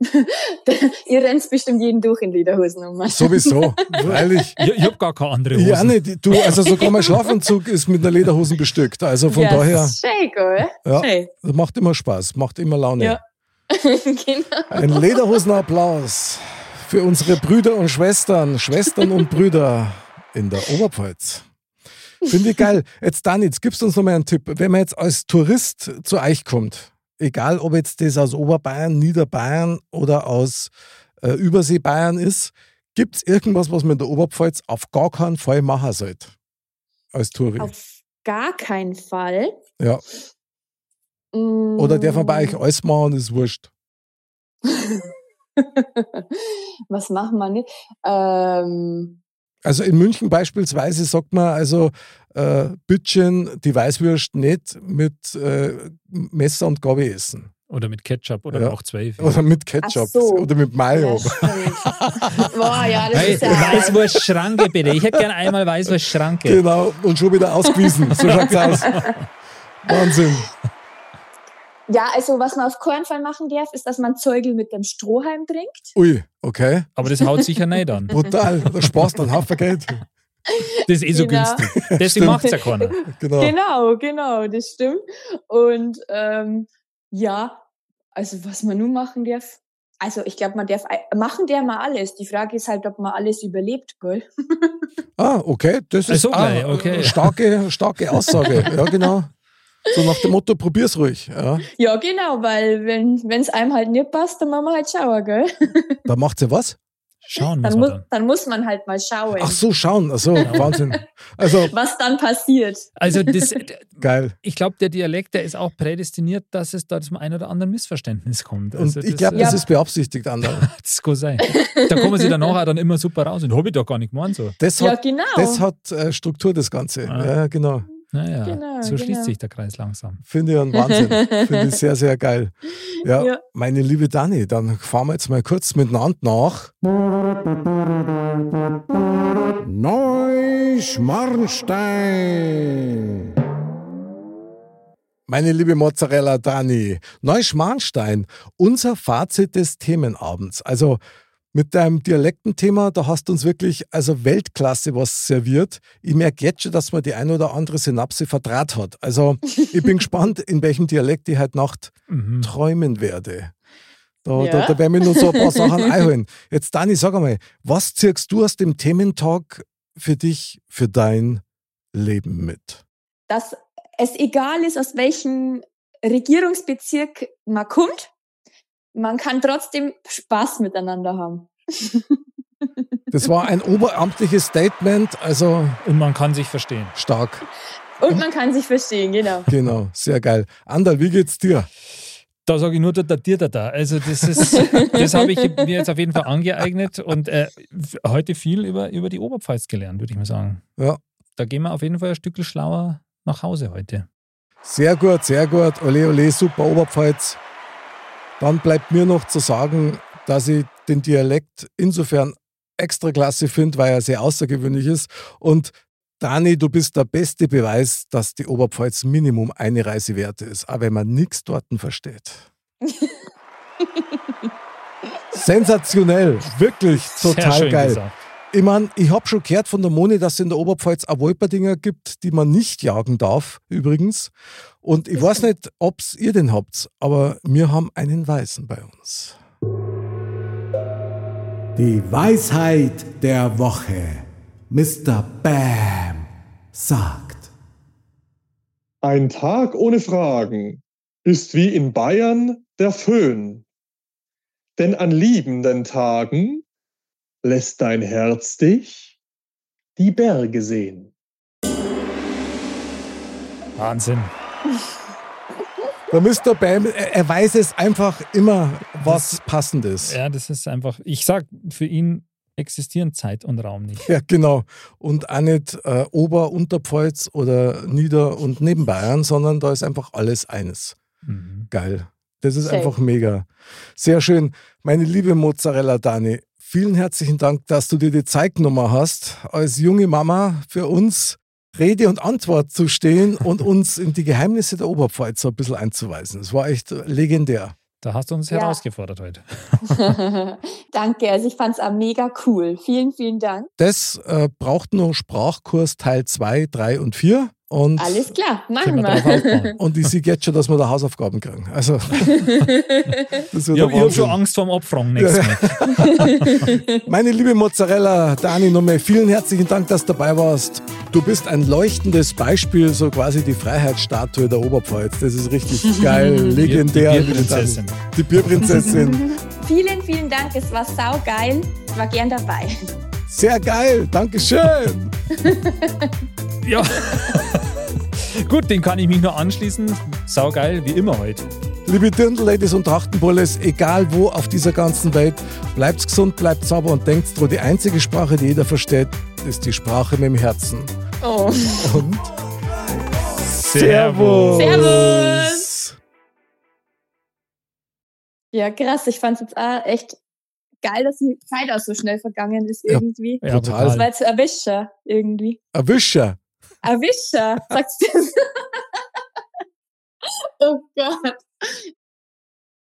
Ihr rennt bestimmt jeden durch in Lederhosen um. Sowieso, freilich. Ich, ich habe gar keine andere Hose. Ja, nicht. Du, also sogar mein Schlafanzug ist mit einer Lederhosen bestückt. Also von ja, daher, schön, gell? Ja. Schön. das macht immer Spaß, macht immer Laune. Ja. Genau. Ein Lederhosenapplaus für unsere Brüder und Schwestern, Schwestern und Brüder in der Oberpfalz. Finde ich geil. Jetzt Dani, jetzt gibst du uns noch mal einen Tipp. Wenn man jetzt als Tourist zu euch kommt, egal ob jetzt das aus Oberbayern, Niederbayern oder aus äh, Überseebayern ist, gibt es irgendwas, was man in der Oberpfalz auf gar keinen Fall machen sollte? Als Touri. Auf gar keinen Fall. Ja. Mm. Oder darf man bei euch alles machen, ist wurscht. Was machen wir nicht? Ähm, Also in München beispielsweise sagt man also äh, Bütchen die Weißwürst nicht mit äh, Messer und Gabel essen. Oder mit Ketchup oder Ja. auch zwölf. Oder mit Ketchup Ach so. oder mit Mayo. ja, stimmt. Boah, ja, das Hey, ist ja... Weißwurst-Schranke bitte. Ich hätte gerne einmal Weißwurst-Schranke. Genau, und schon wieder ausgewiesen. So schaut's aus. Wahnsinn. Ja, also was man auf keinen Fall machen darf, ist, dass man Zeugel mit dem Strohhalm trinkt. Ui, okay. Aber das haut sicher nicht an. Brutal. Da sparst du einen Haufen Geld. Das ist eh so Genau. günstig. Deswegen macht es ja keiner. Genau. Genau, genau, das stimmt. Und ähm, ja, also was man nun machen darf, also ich glaube, man darf, machen darf man alles. Die Frage ist halt, ob man alles überlebt, gell? Ah, okay. Das ist Also auch gleich, okay. eine starke, starke Aussage. Ja, genau. So nach dem Motto, probier's ruhig. Ja. Ja, genau, weil wenn es einem halt nicht passt, dann machen wir halt Schauer, gell? Da macht sie was? Schauen muss Dann, man mu dann. dann muss man halt mal schauen, Ach so, schauen. Ach so, Wahnsinn. Also, was dann passiert. Also das, geil. ich glaube, der Dialekt, der ist auch prädestiniert, dass es da zum ein oder anderen Missverständnis kommt. Und Also ich das, glaube, äh, das ist beabsichtigt, Ander. das kann sein. Da kommen sie dann nachher dann immer super raus. Und habe ich doch gar nicht gemeint so. Das Ja, hat, genau. das hat äh, Struktur, das Ganze. Ah. Ja, genau. Naja, Genau, so schließt genau. sich der Kreis langsam. Finde ich einen Wahnsinn. Finde ich sehr, sehr geil. Ja, Ja. meine liebe Dani, dann fahren wir jetzt mal kurz miteinander nach. Neuschmarnstein. Meine liebe Mozzarella Dani, Neuschmarnstein, unser Fazit des Themenabends. Also mit deinem Dialektenthema, da hast du uns wirklich also Weltklasse was serviert. Ich merke jetzt schon, dass man die eine oder andere Synapse verdraht hat. Also ich bin gespannt, in welchem Dialekt ich heute Nacht Mhm. träumen werde. Da, Ja. da, da werden wir nur so ein paar Sachen einholen. Jetzt Dani, sag einmal, was ziehst du aus dem Thementag für dich, für dein Leben mit? Dass es egal ist, aus welchem Regierungsbezirk man kommt, man kann trotzdem Spaß miteinander haben. Das war ein oberamtliches Statement, also Und man kann sich verstehen. stark. Und man kann sich verstehen, genau. Genau, sehr geil. Anderl, wie geht's dir? Da sage ich nur da, da, dir, da, da. Also das ist, das habe ich mir jetzt auf jeden Fall angeeignet und äh, heute viel über, über die Oberpfalz gelernt, würde ich mal sagen. Ja, Da gehen wir auf jeden Fall ein Stück schlauer nach Hause heute. sehr gut, sehr gut. Ole, ole, super Oberpfalz. Dann bleibt mir noch zu sagen, dass ich den Dialekt insofern extra klasse finde, weil er sehr außergewöhnlich ist. Und Dani, du bist der beste Beweis, dass die Oberpfalz Minimum eine Reise wert ist, auch wenn man nichts dort versteht. Sensationell, wirklich Sehr total schön geil. gesagt. Ich meine, ich habe schon gehört von der Moni, dass es in der Oberpfalz auch Wolperdinger gibt, die man nicht jagen darf, übrigens. Und ich weiß nicht, ob ihr den habt, aber wir haben einen Weißen bei uns. Die Weisheit der Woche. Mister Bam sagt. Ein Tag ohne Fragen ist wie in Bayern der Föhn. Denn an liebenden Tagen lässt dein Herz dich die Berge sehen. Wahnsinn. Der Mister Bam, er, er weiß es einfach immer, was passend ist. Ja, das ist einfach, ich sag, für ihn existieren Zeit und Raum nicht. Ja, genau. Und auch nicht äh, Ober-, Unterpfalz oder Nieder- und Nebenbayern, sondern da ist einfach alles eines. Mhm. Geil. Das ist Schön. einfach mega. Sehr schön. Meine liebe Mozzarella Dani, vielen herzlichen Dank, dass du dir die Zeit genommen hast, als junge Mama für uns Rede und Antwort zu stehen und uns in die Geheimnisse der Oberpfalz so ein bisschen einzuweisen. Es war echt legendär. Da hast du uns Ja. herausgefordert heute. Danke, also ich fand es auch mega cool. Vielen, vielen Dank. Das äh, braucht nur Sprachkurs Teil zwei, drei und vier. Und, Alles klar, machen Können wir drauf wir. aufbauen. und ich sehe jetzt schon, dass wir da Hausaufgaben kriegen. Also, das wird Ich der habe hab Wahnsinn. schon Angst vorm Abfragen nächstes Mal. Meine liebe Mozzarella, Dani, nochmal vielen herzlichen Dank, dass du dabei warst. Du bist ein leuchtendes Beispiel, so quasi die Freiheitsstatue der Oberpfalz. Das ist richtig geil, legendär. Die Bierprinzessin. Die Bierprinzessin. Vielen, vielen Dank, es war saugeil. Ich war gern dabei. Sehr geil, Dankeschön. Ja. Gut, den kann ich mich nur anschließen. Saugeil, wie immer heute. Liebe Dirndl-Ladies und Trachtenbulles, egal wo auf dieser ganzen Welt, bleibt gesund, bleibt sauber und denkt dran, die einzige Sprache, die jeder versteht, ist die Sprache mit dem Herzen. Oh. Und Servus. Servus. Ja, krass. Ich fand es jetzt auch echt geil, dass die Zeit auch so schnell vergangen ist Ja. irgendwie. Ja, Total. Das war jetzt ein Erwischer irgendwie. Erwischer. Erwischer, sagst du das? Oh Gott.